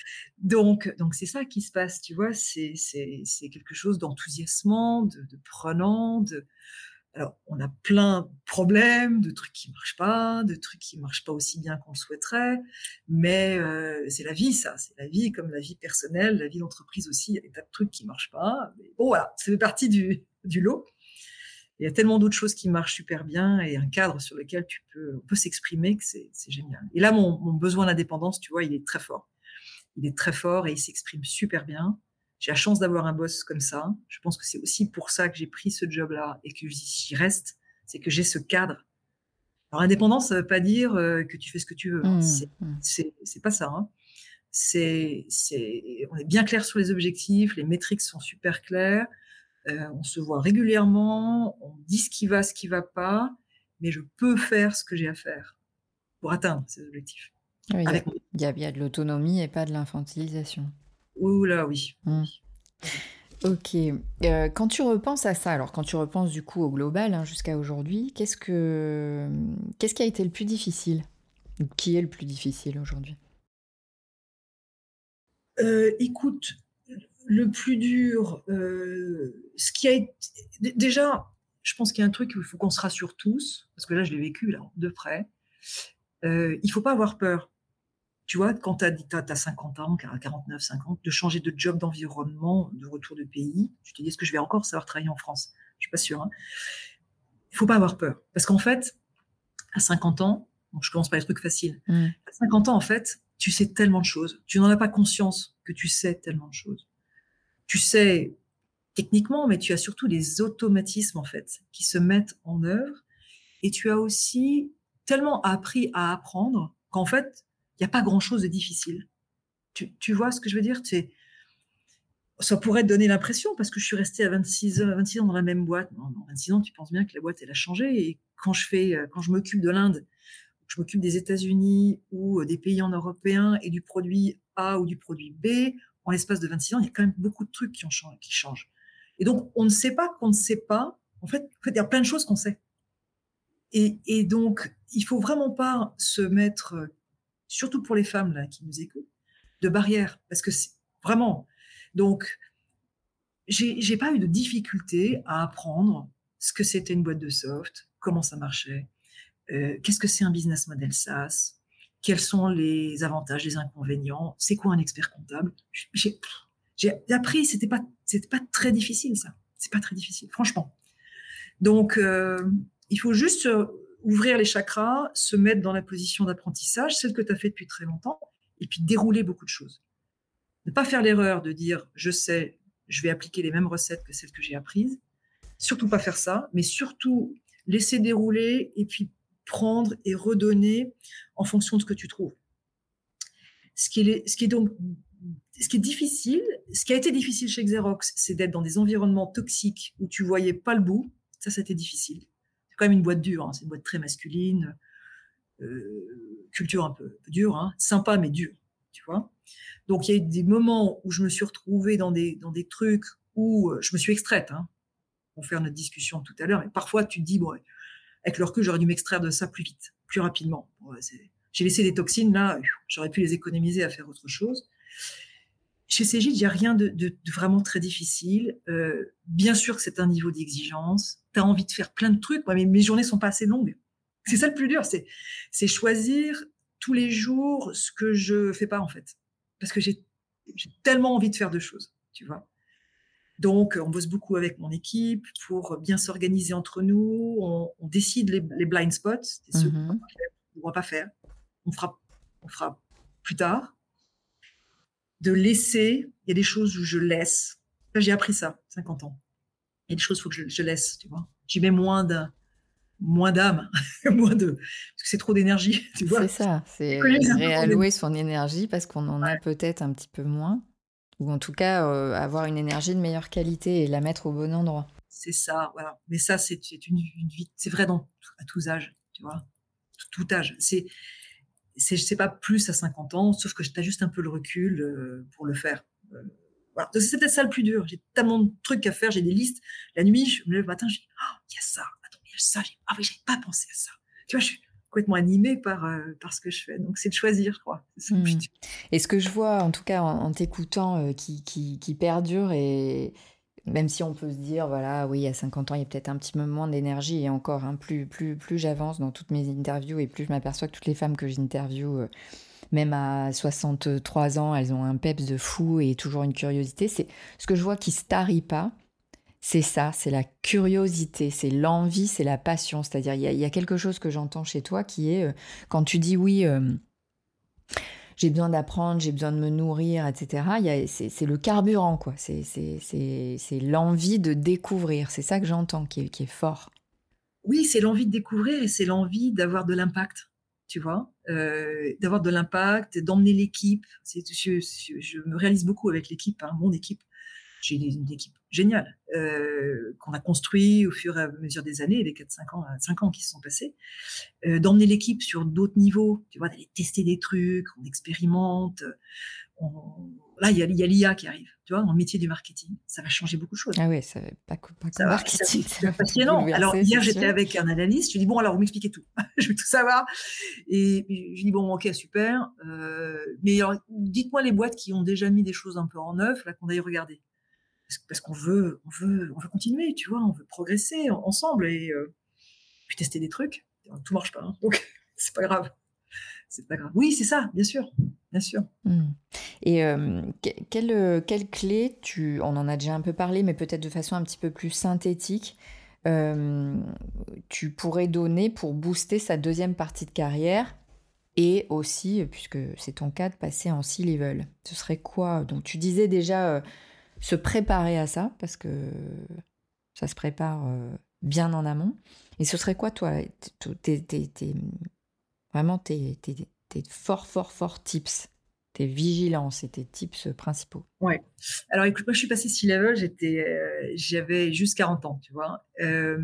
Donc, donc c'est ça qui se passe, tu vois. C'est, c'est, c'est quelque chose d'enthousiasmant, de, de prenant. De... Alors, on a plein de problèmes, de trucs qui marchent pas, de trucs qui marchent pas aussi bien qu'on le souhaiterait. Mais euh, c'est la vie, ça. C'est la vie, comme la vie personnelle, la vie d'entreprise aussi. Il y a des tas de trucs qui marchent pas. Mais bon, voilà, ça fait partie du, du lot. Il y a tellement d'autres choses qui marchent super bien et un cadre sur lequel tu peux, on peut s'exprimer que c'est, c'est génial. Et là, mon, mon besoin d'indépendance, tu vois, il est très fort. Il est très fort et il s'exprime super bien. J'ai la chance d'avoir un boss comme ça. Je pense que c'est aussi pour ça que j'ai pris ce job-là et que j'y reste. C'est que j'ai ce cadre. Alors, indépendance, ça veut pas dire euh, que tu fais ce que tu veux. Hein. Mmh, c'est, mmh. c'est, c'est pas ça. Hein. C'est, c'est, on est bien clair sur les objectifs. Les métriques sont super claires. Euh, on se voit régulièrement, on dit ce qui va, ce qui va pas, mais je peux faire ce que j'ai à faire pour atteindre ces objectifs. Oui, il y, y, y a de l'autonomie et pas de l'infantilisation. Ouh là, oui. Mmh. Ok. Euh, quand tu repenses à ça, alors quand tu repenses du coup au global hein, jusqu'à aujourd'hui, qu'est-ce que qu'est-ce qui a été le plus difficile ? Ou qui est le plus difficile aujourd'hui ? euh, Écoute, le plus dur, euh, ce qui a été... Déjà, je pense qu'il y a un truc où il faut qu'on se rassure tous, parce que là, je l'ai vécu là, de près. Euh, il ne faut pas avoir peur. Tu vois, quand tu as cinquante ans, quarante-neuf, cinquante, de changer de job, d'environnement, de retour de pays, tu te dis, est-ce que je vais encore savoir travailler en France ? Je ne suis pas sûre. Hein. Il ne faut pas avoir peur. Parce qu'en fait, à cinquante ans, donc je commence par les trucs faciles, mmh. à cinquante ans, en fait, tu sais tellement de choses. Tu n'en as pas conscience que tu sais tellement de choses. Tu sais techniquement, mais tu as surtout des automatismes, en fait, qui se mettent en œuvre. Et tu as aussi tellement appris à apprendre qu'en fait, il n'y a pas grand-chose de difficile. Tu, tu vois ce que je veux dire ? C'est, ça pourrait te donner l'impression, parce que je suis restée à vingt-six ans, vingt-six ans dans la même boîte. Non, non, vingt-six ans, tu penses bien que la boîte, elle a changé. Et quand je, fais, quand je m'occupe de l'Inde, je m'occupe des États-Unis ou des pays en européens et du produit A ou du produit B, en l'espace de vingt-six ans, il y a quand même beaucoup de trucs qui, ont changé, qui changent. Et donc, on ne sait pas qu'on ne sait pas. En fait, en fait, il y a plein de choses qu'on sait. Et, et donc, il faut vraiment pas se mettre, surtout pour les femmes là, qui nous écoutent, de barrières. Parce que c'est vraiment... Donc, j'ai, j'ai pas eu de difficulté à apprendre ce que c'était une boîte de soft, comment ça marchait, euh, qu'est-ce que c'est un business model SaaS, quels sont les avantages, les inconvénients, c'est quoi un expert comptable. J'ai, j'ai appris, c'était pas, c'était pas très difficile ça. C'est pas très difficile, franchement. Donc, euh, il faut juste ouvrir les chakras, se mettre dans la position d'apprentissage, celle que tu as fait depuis très longtemps, et puis dérouler beaucoup de choses. Ne pas faire l'erreur de dire « je sais, je vais appliquer les mêmes recettes que celles que j'ai apprises ». Surtout pas faire ça, mais surtout laisser dérouler et puis prendre et redonner en fonction de ce que tu trouves. Ce qui est, ce qui est donc... Ce qui est difficile, ce qui a été difficile chez Xerox, c'est d'être dans des environnements toxiques où tu voyais pas le bout. Ça, c'était difficile. C'est quand même une boîte dure, hein. C'est une boîte très masculine, euh, culture un peu, un peu dure, hein. Sympa mais dure, tu vois. Donc, il y a eu des moments où je me suis retrouvée dans des, dans des trucs où je me suis extraite, hein, pour faire notre discussion tout à l'heure. Mais parfois, tu te dis, bon, avec le recul, j'aurais dû m'extraire de ça plus vite, plus rapidement. Bon, c'est... J'ai laissé des toxines, là, j'aurais pu les économiser à faire autre chose. Chez Cegid, il n'y a rien de, de, de vraiment très difficile. Euh, bien sûr que c'est un niveau d'exigence. Tu as envie de faire plein de trucs. Moi, mais mes journées ne sont pas assez longues. C'est ça le plus dur. C'est, c'est choisir tous les jours ce que je ne fais pas, en fait. Parce que j'ai, j'ai tellement envie de faire de choses, tu vois. Donc, on bosse beaucoup avec mon équipe pour bien s'organiser entre nous. On, on décide les, les blind spots, c'est ceux qu'on Mhm. ne va pas faire. On fera, on fera plus tard. De laisser, il y a des choses où je laisse. Là, j'ai appris ça, cinquante ans. Il y a des choses qu'il faut que je, je laisse, tu vois. J'y mets moins de, moins d'âme, moins de, parce que c'est trop d'énergie, tu C'est vois. ça, J'ai c'est connu un peu trop d'énergie. réallouer son énergie parce qu'on en a peut-être un petit peu moins, ou en tout cas euh, avoir une énergie de meilleure qualité et la mettre au bon endroit. C'est ça, voilà. Mais ça, c'est, c'est une, une vie, c'est vrai dans, à tous âges, tu vois. Tout, tout âge. C'est, c'est, je sais pas plus à cinquante ans, sauf que tu as juste un peu le recul euh, pour le faire. Euh, voilà. Donc, c'est peut-être ça le plus dur. J'ai tellement de trucs à faire, j'ai des listes. La nuit, je me lève le matin, je dis, oh, il y a ça, attends, il y a ça. J'ai- Ah oui, j'avais pas pensé à ça. Tu vois, je suis complètement animée par, euh, par ce que je fais. Donc, c'est de choisir, je crois. C'est ça le plus Hmm. dur. Et ce que je vois, en tout cas en, en t'écoutant, euh, qui, qui, qui perdure, et même si on peut se dire, voilà, oui, à cinquante ans, il y a peut-être un petit peu moins d'énergie, et encore, hein, plus, plus, plus j'avance dans toutes mes interviews, et plus je m'aperçois que toutes les femmes que j'interviewe, euh, même à soixante-trois ans, elles ont un peps de fou et toujours une curiosité. C'est ce que je vois qui se tarit pas. C'est ça, c'est la curiosité, c'est l'envie, c'est la passion. C'est-à-dire, il y, a- il y a quelque chose que j'entends chez toi qui est, euh, quand tu dis oui, euh, j'ai besoin d'apprendre, j'ai besoin de me nourrir, et cetera, il y a- c'est, c'est le carburant, quoi. C'est, c'est, c'est, c'est l'envie de découvrir. C'est ça que j'entends qui est, qui est fort. Oui, c'est l'envie de découvrir et c'est l'envie d'avoir de l'impact, tu vois, euh, d'avoir de l'impact, d'emmener l'équipe. C'est, je, je, je me réalise beaucoup avec l'équipe, hein, mon équipe. J'ai une équipe géniale euh, qu'on a construit au fur et à mesure des années, les quatre cinq ans, cinq ans qui se sont passés, euh, d'emmener l'équipe sur d'autres niveaux, tu vois, d'aller tester des trucs, on expérimente. On... Là, il y a, il y a l'I A qui arrive, tu vois, dans le métier du marketing. Ça va changer beaucoup de choses. Ah ouais, ça, pas, que- pas qu'en Ça va, ça, marketing, ça va c'est tout passionnant. Alors, bouleverser, c'est hier, j'étais sûr. avec un analyste, je lui dis, bon, alors, vous m'expliquez tout. Je veux tout savoir. Et je lui dis, bon, ok, super. Euh, mais alors, dites-moi les boîtes qui ont déjà mis des choses un peu en neuf, là, qu'on aille regarder. Parce, parce qu'on veut, on veut, on veut continuer, tu vois, on veut progresser ensemble et euh, puis tester des trucs. Tout marche pas, hein, donc c'est pas grave. C'est pas grave. Oui, c'est ça, bien sûr, bien sûr. Hmm. Et euh, que- quelle, euh, quelle clé, tu, on en a déjà un peu parlé, mais peut-être de façon un petit peu plus synthétique, euh, tu pourrais donner pour booster sa deuxième partie de carrière et aussi, puisque c'est ton cas, de passer en C-level. Ce serait quoi? Donc tu disais déjà euh, se préparer à ça, parce que ça se prépare euh, bien en amont. Et ce serait quoi, toi, tes, tes, tes, vraiment tes, tes, tes forts, forts, forts tips, tes vigilances et tes tips principaux? Ouais. Alors écoute, moi je suis passée C-level, j'étais, euh, j'avais juste quarante ans, tu vois. Euh,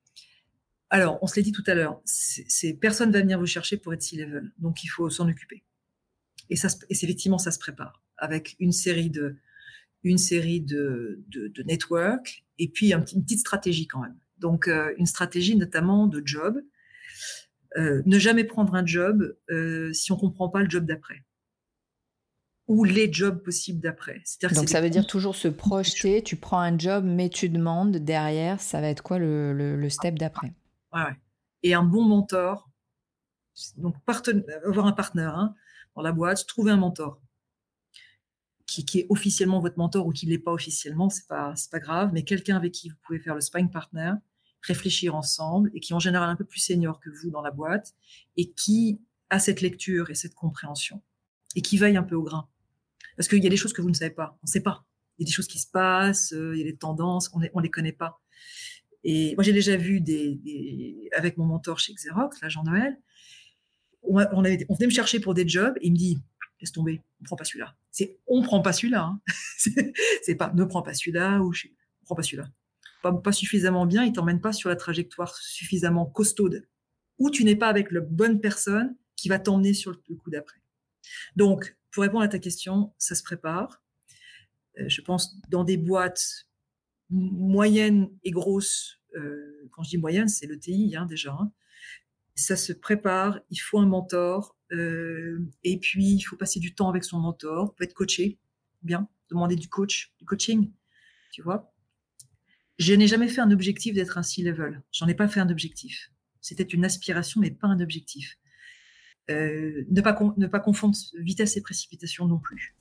alors, on se l'a dit tout à l'heure, c'est, c'est- personne va venir vous chercher pour être C-level, donc il faut s'en occuper. Et ça, se- et c'est effectivement, ça se prépare avec une série de, une série de, de, de networks et puis un petit- une petite stratégie quand même. Donc, euh, une stratégie notamment de job. Euh, ne jamais prendre un job euh, si on comprend pas le job d'après ou les jobs possibles d'après. C'est-à-dire que c'est Donc des ça veut dire conditions. toujours se projeter, tu prends un job, mais tu demandes derrière, ça va être quoi le, le, le step d'après? Ouais, ouais. Et un bon mentor. Donc, parten- avoir un partenaire hein, dans la boîte, trouver un mentor qui, qui est officiellement votre mentor ou qui ne l'est pas officiellement, c'est pas, c'est pas grave, mais quelqu'un avec qui vous pouvez faire le sparring partner, réfléchir ensemble et qui est en général un peu plus senior que vous dans la boîte et qui a cette lecture et cette compréhension et qui veille un peu au grain. Parce qu'il y a des choses que vous ne savez pas, on ne sait pas. Il y a des choses qui se passent, euh, il y a des tendances, on ne les connaît pas. Et moi, j'ai déjà vu des, des, avec mon mentor chez Xerox, là, Jean-Noël, on, on, avait, on venait me chercher pour des jobs et il me dit, laisse tomber, on prend pas celui-là. C'est, on prend pas celui-là. Hein. c'est, c'est pas, ne prends pas celui-là ou je, on prend pas celui-là. Pas, pas suffisamment bien, il t'emmène pas sur la trajectoire suffisamment costaude. Ou tu n'es pas avec la bonne personne qui va t'emmener sur le, le coup d'après. Donc, pour répondre à ta question, ça se prépare. Euh, je pense dans des boîtes moyennes et grosses. Euh, quand je dis moyenne, c'est l'E T I hein, déjà. Hein. Ça se prépare, il faut un mentor, euh, et puis il faut passer du temps avec son mentor, peut être coaché, bien, demander du coach, du coaching, tu vois. Je n'ai jamais fait un objectif d'être un C-level, j'en ai pas fait un objectif. C'était une aspiration, mais pas un objectif. Euh, ne, pas ne pas confondre vitesse et précipitation non plus.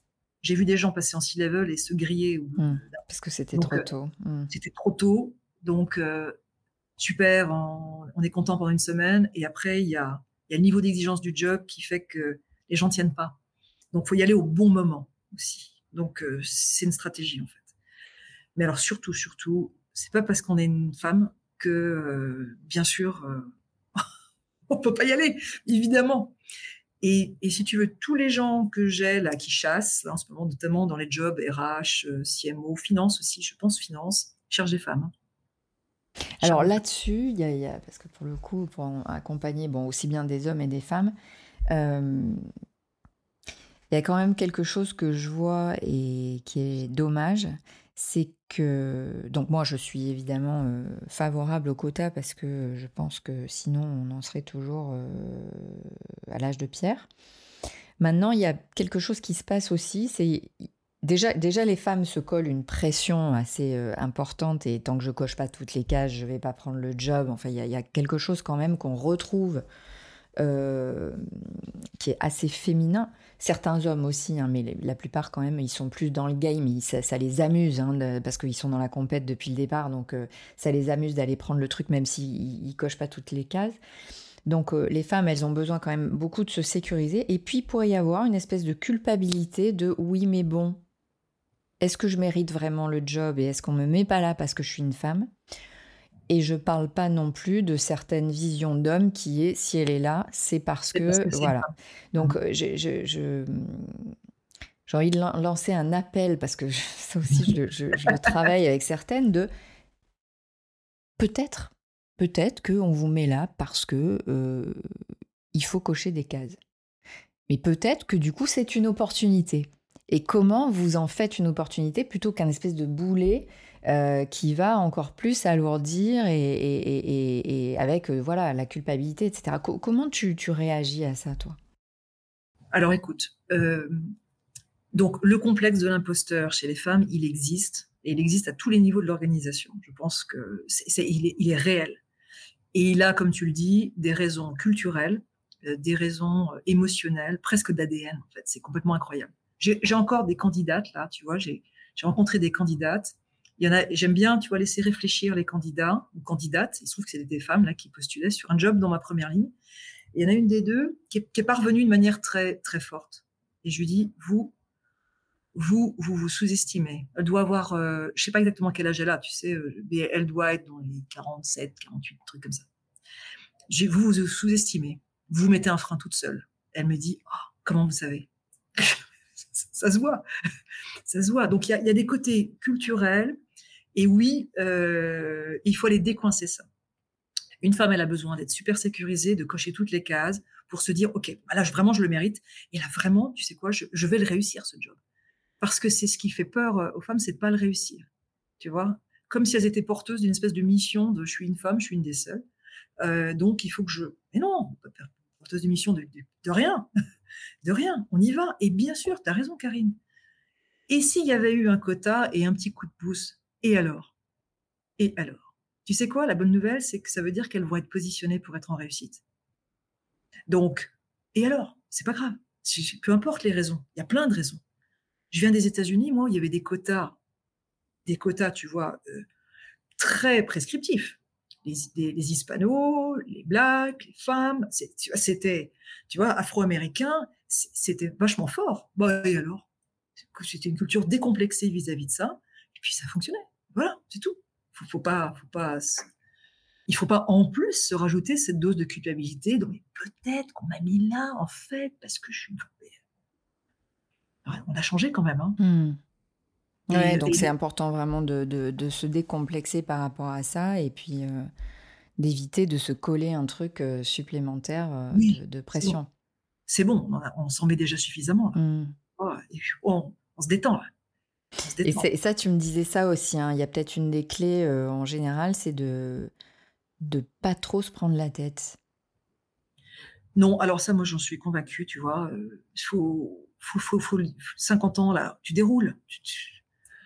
J'ai vu des gens passer en C-level et se griller au bout Mmh. de d'un Parce que c'était donc trop heu, tôt. Mmh. c'était trop tôt, donc heu, super, on on est content pendant une semaine et après il y a il y a le niveau d'exigence du job qui fait que les gens tiennent pas. Donc faut y aller au bon moment aussi. Donc heu, c'est une stratégie, en fait. Mais alors surtout, surtout, c'est pas parce qu'on est une femme que, heu, bien sûr, heu, on peut pas y aller, évidemment. Et et si tu veux, tous les gens que j'ai là qui chassent, là en ce moment, notamment dans les jobs R H, heu, C M O, finance aussi, je pense finance, cherchent des femmes, hein. Cherchent Alors des femmes. là-dessus, il y a il y a parce que pour le coup, pour en accompagner, bon, aussi bien des hommes et des femmes, hem, il y a quand même quelque chose que je vois et qui est dommage, c'est que donc moi je suis évidemment, heu, favorable au quota parce que je pense que sinon on en serait toujours, heu, à l'âge de pierre. Maintenant, il y a quelque chose qui se passe aussi, c'est déjà déjà les femmes se collent une pression assez, heu, importante et tant que je coche pas toutes les cases, je vais pas prendre le job. Enfin, il y a il y a quelque chose quand même qu'on retrouve, hem, qui est assez féminin. Certains hommes aussi, hein, mais les la plupart quand même, ils sont plus dans le game, ils ça ça les amuse, hein, de parce qu'ils sont dans la compète depuis le départ, donc heu, ça les amuse d'aller prendre le truc même s'ils ils ils cochent pas toutes les cases. Donc heu, les femmes, elles ont besoin quand même beaucoup de se sécuriser et puis il pourrait y avoir une espèce de culpabilité de: «Oui, mais bon, est-ce que je mérite vraiment le job et est-ce qu'on me met pas là parce que je suis une femme?» Et je parle pas non plus de certaines visions d'hommes qui est: si elle est là, c'est parce C'est parce que que c'est une voilà. femme. Donc Mmh. heu, j'ai je je, mmh, j'ai envie de lan lancer un appel parce que je ça aussi je le je je le travaille avec certaines de peut-être, peut-être qu'on vous met là parce que, heu, il faut cocher des cases. Mais peut-être que du coup, c'est une opportunité. Et comment vous en faites une opportunité plutôt qu'un espèce de boulet euh, qui va encore plus alourdir et, et- et- et- et avec euh, voilà, la culpabilité, et cetera. Co- comment tu, tu réagis à ça, toi? Alors écoute, hem, donc le complexe de l'imposteur chez les femmes, il existe et il existe à tous les niveaux de l'organisation. Je pense que c'est c'est il est il est réel et il a, comme tu le dis, des raisons culturelles, heu, des raisons, heu, émotionnelles, presque d'A D N, en fait. C'est complètement incroyable. J'ai j'ai encore des candidates là, tu vois? J'ai j'ai rencontré des candidates. Il y en a j'aime bien, tu vois, laisser réfléchir les candidats ou candidates. Il se trouve que c'était des femmes là qui postulaient sur un job dans ma première ligne. Et il y en a une des deux qui est qui est parvenue de manière très, très forte et je lui dis: «Vous, vous, vous vous sous-estimez». Elle doit avoir, heu, je sais pas exactement quel âge elle a, tu sais, heu, mais elle doit être dans les quarante-sept, quarante-huit, trucs comme ça. J'ai vous vous sous-estimez. Vous mettez un frein toute seule. Elle me dit: «Oh, comment vous savez?» Ça se voit, ça se voit. Donc il y a il y a des côtés culturels et oui, heu, il faut aller décoincer ça. Une femme, elle a besoin d'être super sécurisée, de cocher toutes les cases pour se dire: «OK, bah là, je vraiment, je le mérite et là, vraiment, tu sais quoi? Je je vais le réussir ce job». Parce que c'est ce qui fait peur, heu, aux femmes, c'est de pas le réussir, tu vois? Comme si elles étaient porteuses d'une espèce de mission de: «Je suis une femme, je suis une des seules, heu, donc il faut que je» mais non, pas porteuse de mission de de de rien, de rien, on y va et bien sûr, tu as raison Karine. Et s'il y avait eu un quota et un petit coup de pouce? Et alors? Et alors? Tu sais quoi? La bonne nouvelle, c'est que ça veut dire qu'elles vont être positionnées pour être en réussite. Donc et alors? C'est pas grave. Si peu importe les raisons, il y a plein de raisons. Je viens des États-Unis, moi, où il y avait des quotas des quotas, tu vois, heu, très prescriptifs. Les les les hispanos, les blacks, les femmes, c'est tu vois, c'était tu vois, afro-américains, c c'était vachement fort. Bah et alors? Que c'était une culture décomplexée vis-à-vis de ça et puis ça fonctionnait. Voilà, c'est tout. Faut faut pas faut pas s il faut pas en plus se rajouter cette dose de culpabilité donc mais peut-être qu'on m'a mis là en fait parce que je suis une femme. Ouais, on a changé quand même, hein Hmm. Ouais, et donc c'est et important vraiment de, de- de se décomplexer par rapport à ça et puis euh, d'éviter de se coller un truc euh, supplémentaire euh, oui, de, de c'est bon. pression. C'est bon, on en a on s'en met déjà suffisamment là. Hmm. Oh et puis on on se détend là, on se Et, détend. c'est- et ça, tu me disais ça aussi, hein. Il y a peut-être une des clés euh, en général, c'est de de pas trop se prendre la tête. Non, alors ça, moi, j'en suis convaincue, tu vois, heu, il faut faut faut faut l cinquante ans là, tu déroules, tu tu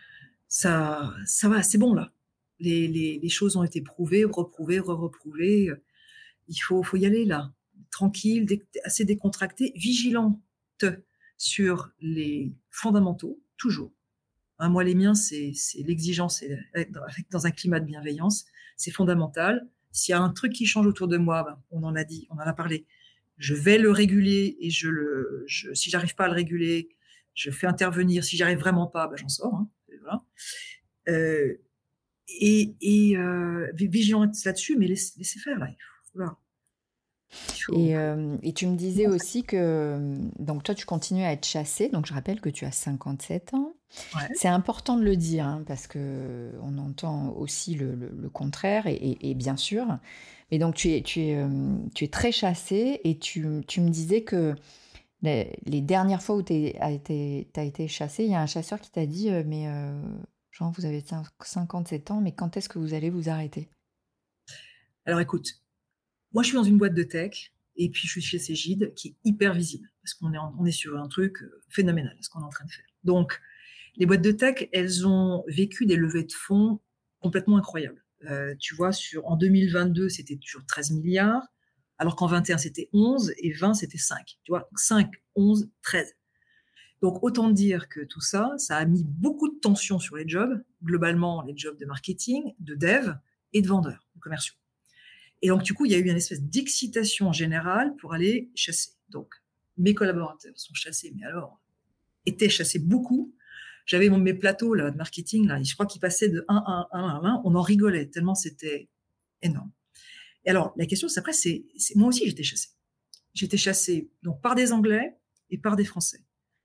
ça ça va, c'est bon là. Les les les choses ont été prouvées, reprouvées, re-reprouvées, heu, il faut faut y aller là, tranquille, dé assez décontracté, vigilante. sur les fondamentaux, toujours. Hein, moi, les miens, c'est, c'est l'exigence et être dans un climat de bienveillance. C'est fondamental. S'il y a un truc qui change autour de moi, ben, on en a dit, on en a parlé. Je vais le réguler et je le, je, si j'arrive pas à le réguler, je fais intervenir. Si j'arrive vraiment pas, ben, j'en sors. Hein, et voilà. Euh, et et euh, vigilance là-dessus, mais laissez, laissez faire là. Il faut, voilà. Il faut, Et, faut... euh, et tu me disais aussi que donc toi tu continues à être chassée, donc je rappelle que tu as cinquante-sept ans. Ouais. C'est important de le dire hein, parce que on entend aussi le, le- le contraire et, et- et bien sûr. Mais donc tu es, tu es, euh, tu es très chassée et tu, tu me disais que les, les dernières fois où tu as été, t'as été chassée, il y a un chasseur qui t'a dit euh, mais euh, Jean, vous avez cinquante-sept ans, mais quand est-ce que vous allez vous arrêter? Alors écoute, moi je suis dans une boîte de tech et puis je suis chez Cégide qui est hyper visible parce qu'on est, en- on est sur un truc euh, phénoménal, ce qu'on est en train de faire. Donc les boîtes de tech, elles ont vécu des levées de fonds complètement incroyables. Euh, tu vois, sur, en deux mille vingt-deux, c'était toujours treize milliards, alors qu'en vingt et un, c'était onze, et vingt, c'était cinq. Tu vois, cinq, onze, treize. Donc, autant dire que tout ça, ça a mis beaucoup de tension sur les jobs, globalement les jobs de marketing, de dev et de vendeurs, de commerciaux. Et donc, du coup, il y a eu une espèce d'excitation générale pour aller chasser. Donc, mes collaborateurs sont chassés, mais alors, étaient chassés beaucoup. J'avais mon, mes plateaux là, de marketing, là, je crois qu'ils passaient de un à un à un, on en rigolait tellement c'était énorme. Et alors, la question, c'est après, c'est, c'est moi aussi, j'étais chassée. J'étais chassée donc par des Anglais et par des Français.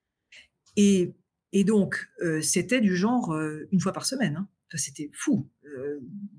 Et, et donc, euh, c'était du genre euh, une fois par semaine. Hein. Enfin, c'était fou. Euh,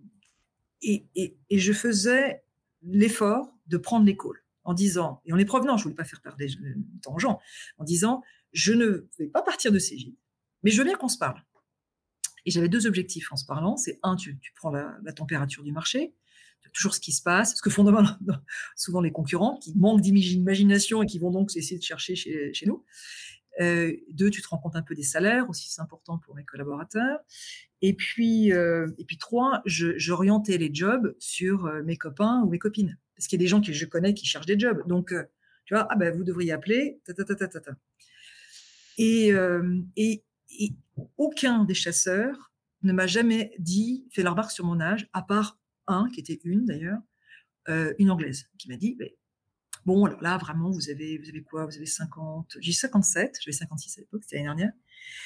et, et, et je faisais l'effort de prendre les calls en disant, et en les provenant, je voulais pas faire perdre le temps aux gens, en disant, je ne vais pas partir de C J, mais je veux bien qu'on se parle. Et j'avais deux objectifs en se parlant. C'est un, tu, tu prends la, la température du marché, toujours ce qui se passe, ce que font souvent les concurrents qui manquent d'imagination et qui vont donc essayer de chercher chez, chez nous. Euh, deux, tu te rends compte un peu des salaires, aussi c'est important pour mes collaborateurs. Et puis, euh, et puis trois, je, j'orientais les jobs sur euh, mes copains ou mes copines. Parce qu'il y a des gens que je connais qui cherchent des jobs. Donc, euh, tu vois, ah ben, vous devriez appeler, ta, ta, ta, ta, ta, ta. Et, euh, et, et aucun des chasseurs ne m'a jamais dit, fait la remarque sur mon âge, à part un, qui était une d'ailleurs, euh, une anglaise, qui m'a dit, mais, bon, alors là, vraiment, vous avez, vous avez quoi? Vous avez cinquante, j'ai cinquante-sept, j'avais cinquante-six à l'époque, c'était l'année dernière.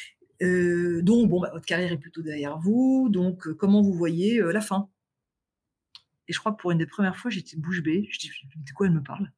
Euh, donc, bon, bah, votre carrière est plutôt derrière vous, donc euh, comment vous voyez euh, la fin? Et je crois que pour une des premières fois, j'étais bouche bée. Je dis, de quoi elle me parle?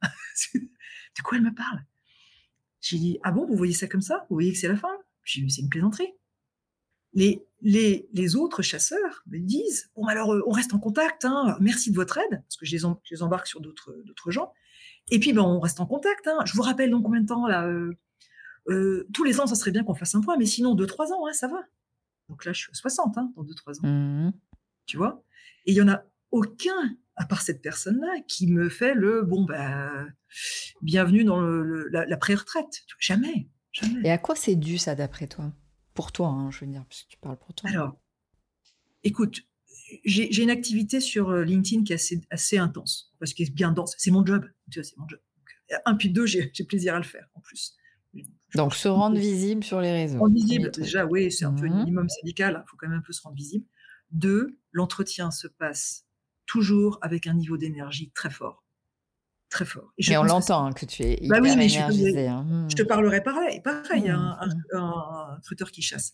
De quoi elle me parle? J'ai dit, ah bon, vous voyez ça comme ça? Vous voyez que c'est la fin? J'ai dit, c'est une plaisanterie. Les, les, les autres chasseurs me disent, bon, alors, euh, on reste en contact, hein, merci de votre aide, parce que je les, en, je les embarque sur d'autres, d'autres gens. Et puis, ben, on reste en contact, hein. Je vous rappelle dans combien de temps, là, euh, euh, tous les ans, ça serait bien qu'on fasse un point, mais sinon, deux, trois ans, hein, ça va. Donc là, je suis à soixante, hein, dans deux, trois ans. Mmh. Tu vois? Et il y en a aucun, à part cette personne-là, qui me fait le, bon, ben, bienvenue dans le, le, la, la pré-retraite. Jamais, jamais. Et à quoi c'est dû ça d'après toi? Pour toi, hein, je veux dire, parce que tu parles pour toi. Alors, écoute, j'ai, j'ai une activité sur LinkedIn qui est assez, assez intense, parce qu'elle est bien dense. C'est mon job, tu vois, c'est mon job. Donc, un puis deux, j'ai, j'ai plaisir à le faire, en plus. Je Donc, se rendre visible sur les réseaux. Rendre visible, déjà, oui, c'est un mmh. peu le minimum syndical, il faut quand même un peu se rendre visible. Deux, l'entretien se passe toujours avec un niveau d'énergie très fort. Très fort. Et, et on l'entend, hein, que tu es hyper bah oui, mais énergisée. Je, hein. je te parlerai pareil. Pareil, il mmh. y a un, un, un, un recruteur qui chasse.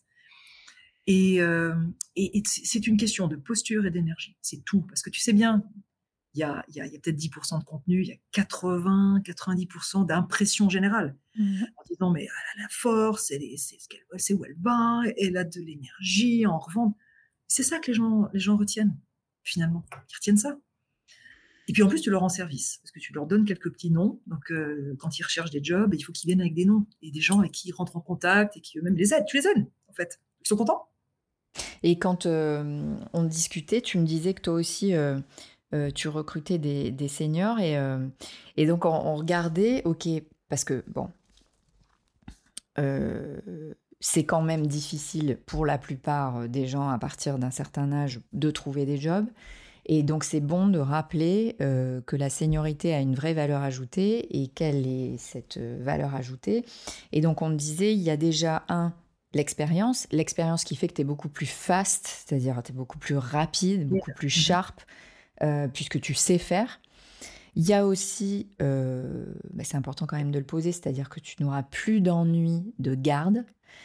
Et, euh, et, et c'est une question de posture et d'énergie. C'est tout. Parce que tu sais bien, il y a, y a, y a peut-être dix pour cent de contenu, il y a quatre-vingts, quatre-vingt-dix pour cent d'impression générale. Mmh. En disant, mais elle a la force, elle est, c'est, c'est où elle va, elle a de l'énergie, en revente. C'est ça que les gens, les gens retiennent, finalement. Ils retiennent ça. Et puis en plus, tu leur rends service, parce que tu leur donnes quelques petits noms. Donc, euh, quand ils recherchent des jobs, il faut qu'ils viennent avec des noms et des gens avec qui ils rentrent en contact et qui eux-mêmes les aident. Tu les aides, en fait. Ils sont contents. Et quand euh, on discutait, tu me disais que toi aussi, euh, euh, tu recrutais des, des seniors. Et, euh, et donc, on, on regardait, OK, parce que, bon, euh, c'est quand même difficile pour la plupart des gens à partir d'un certain âge de trouver des jobs. Et donc, c'est bon de rappeler euh, que la seniorité a une vraie valeur ajoutée et quelle est cette euh, valeur ajoutée. Et donc, on me disait, il y a déjà un, l'expérience, l'expérience qui fait que tu es beaucoup plus fast, c'est-à-dire tu es beaucoup plus rapide, beaucoup plus sharp, euh, puisque tu sais faire. Il y a aussi, euh, bah c'est important quand même de le poser, c'est-à-dire que tu n'auras plus d'ennui de garde,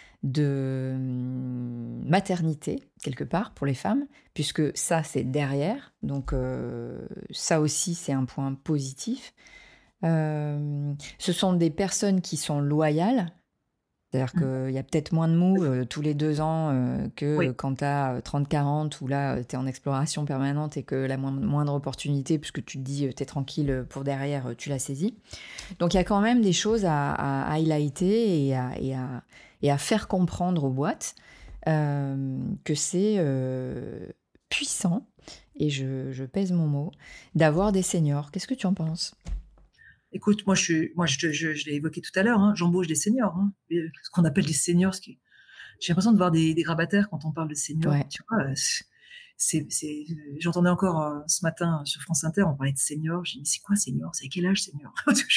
de hum, maternité, quelque part, pour les femmes, puisque ça, c'est derrière. Donc, euh, ça aussi, c'est un point positif. Euh, ce sont des personnes qui sont loyales. C'est-à-dire qu'il y a peut-être moins de mous euh, tous les deux ans euh, que Oui. quand tu as trente quarante, où là, tu es en exploration permanente et que la moindre, moindre opportunité, puisque tu te dis, tu es tranquille pour derrière, tu la saisis. Donc, il y a quand même des choses à, à highlighter et à, et, à, et à faire comprendre aux boîtes euh, que c'est euh, puissant, et je, je pèse mon mot, d'avoir des seniors. Qu'est-ce que tu en penses ? Écoute, moi, je, suis, moi je, je, je l'ai évoqué tout à l'heure, hein, j'embauche des seniors. Hein, ce qu'on appelle des seniors. Ce qui... J'ai l'impression de voir des, des grabataires quand on parle de seniors. Ouais. Tu vois, c'est, c'est, j'entendais encore euh, ce matin sur France Inter, on parlait de seniors. J'ai dit, mais c'est quoi senior ? C'est à quel âge senior ?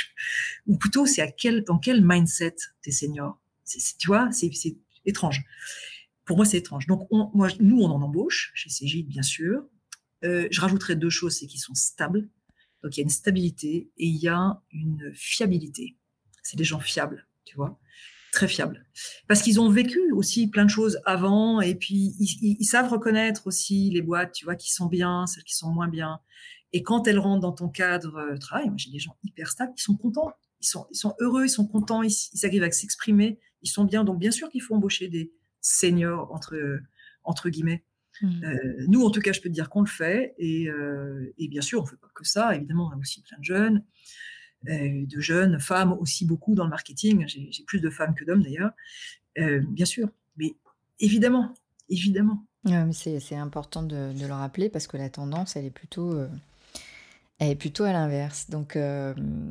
Ou plutôt, c'est à quel, dans quel mindset t'es senior ? c'est, c'est, Tu vois, c'est, c'est étrange. Pour moi, c'est étrange. Donc, on, moi, nous, on en embauche, chez Cégide, bien sûr. Euh, je rajouterais deux choses, c'est qu'ils sont stables. Donc, il y a une stabilité et il y a une fiabilité. C'est des gens fiables, tu vois, très fiables. Parce qu'ils ont vécu aussi plein de choses avant et puis ils, ils, ils savent reconnaître aussi les boîtes, tu vois, qui sont bien, celles qui sont moins bien. Et quand elles rentrent dans ton cadre de travail, moi, j'ai des gens hyper stables qui sont contents. Ils sont, ils sont heureux, ils sont contents, ils, ils arrivent à s'exprimer, ils sont bien. Donc, bien sûr qu'il faut embaucher des seniors, entre, entre guillemets. Mmh. Euh, nous, en tout cas, je peux te dire qu'on le fait. Et, euh, et bien sûr, on ne fait pas que ça. Évidemment, on a aussi plein de jeunes, euh, de jeunes femmes aussi beaucoup dans le marketing. J'ai, j'ai plus de femmes que d'hommes d'ailleurs. Euh, bien sûr, mais évidemment, évidemment. Ouais, mais c'est, c'est important de, de le rappeler parce que la tendance, elle est plutôt, euh, elle est plutôt à l'inverse. Donc, euh,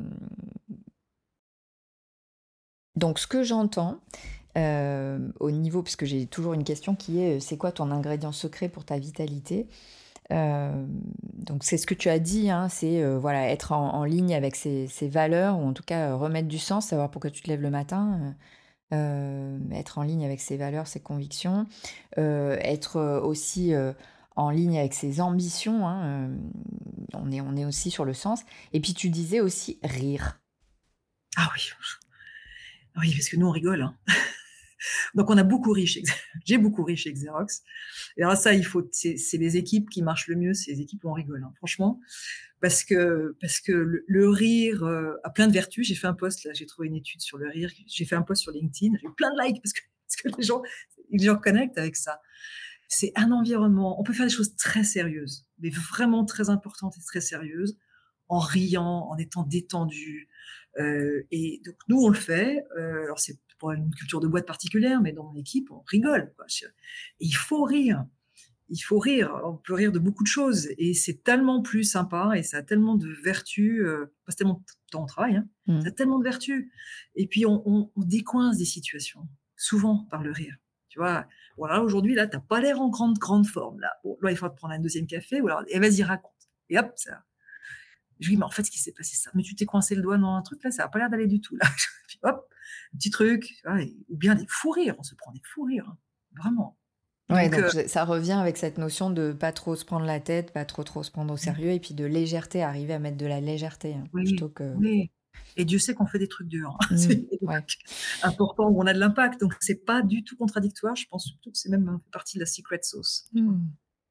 donc ce que j'entends euh, au niveau, parce que j'ai toujours une question qui est, c'est quoi ton ingrédient secret pour ta vitalité ? Euh, donc c'est ce que tu as dit, hein, c'est euh, voilà, être en, en ligne avec ses, ses valeurs, ou en tout cas euh, remettre du sens, savoir pourquoi tu te lèves le matin, euh, euh, être en ligne avec ses valeurs, ses convictions, euh, être euh, aussi euh, en ligne avec ses ambitions, hein, euh, on, est, on est aussi sur le sens. Et puis tu disais aussi rire. Ah oui, oui, parce que nous, on rigole. Hein. Donc, on a beaucoup ri chez j'ai beaucoup ri chez Xerox. Et alors ça, il faut, c'est, c'est les équipes qui marchent le mieux, c'est les équipes où on rigole, hein, franchement, parce que parce que le, le rire euh, a plein de vertus. J'ai fait un post là, j'ai trouvé une étude sur le rire. J'ai fait un post sur LinkedIn, j'ai eu plein de likes parce que parce que les gens les gens connectent avec ça. C'est un environnement. On peut faire des choses très sérieuses, mais vraiment très importantes et très sérieuses, en riant, en étant détendu. Euh, et donc nous, on le fait. Euh, alors c'est pour une culture de boîte particulière, mais dans mon équipe, on rigole. Quoi. Et il faut rire. Il faut rire. On peut rire de beaucoup de choses. Et c'est tellement plus sympa et ça a tellement de vertus. Euh, pas tellement de temps au travail, hein, Mmh. ça a tellement de vertus. Et puis on, on, on décoince des situations, souvent par le rire. Tu vois, voilà, aujourd'hui, là, t'as pas l'air en grande, grande forme. Là, bon, là il faut te prendre un deuxième café. Ou alors, et vas-y, raconte. Et hop, ça. Je lui dis, mais en fait, ce qui s'est passé, ça. Mais tu t'es coincé le doigt dans un truc, là, ça n'a pas l'air d'aller du tout, là. Puis, hop, un petit truc. Tu vois, et, ou bien des fous rires. On se prend des fous rires. Hein, vraiment. Ouais, Donc, donc euh, ça revient avec cette notion de pas trop se prendre la tête, pas trop trop se prendre au sérieux, et puis de légèreté, arriver à mettre de la légèreté, hein, oui, plutôt que... oui. Et Dieu sait qu'on fait des trucs durs. Hein. Mmh, C'est des ouais. trucs importants où on a de l'impact. Donc, c'est pas du tout contradictoire. Je pense surtout que c'est même partie de la secret sauce. Tu vois. Mmh.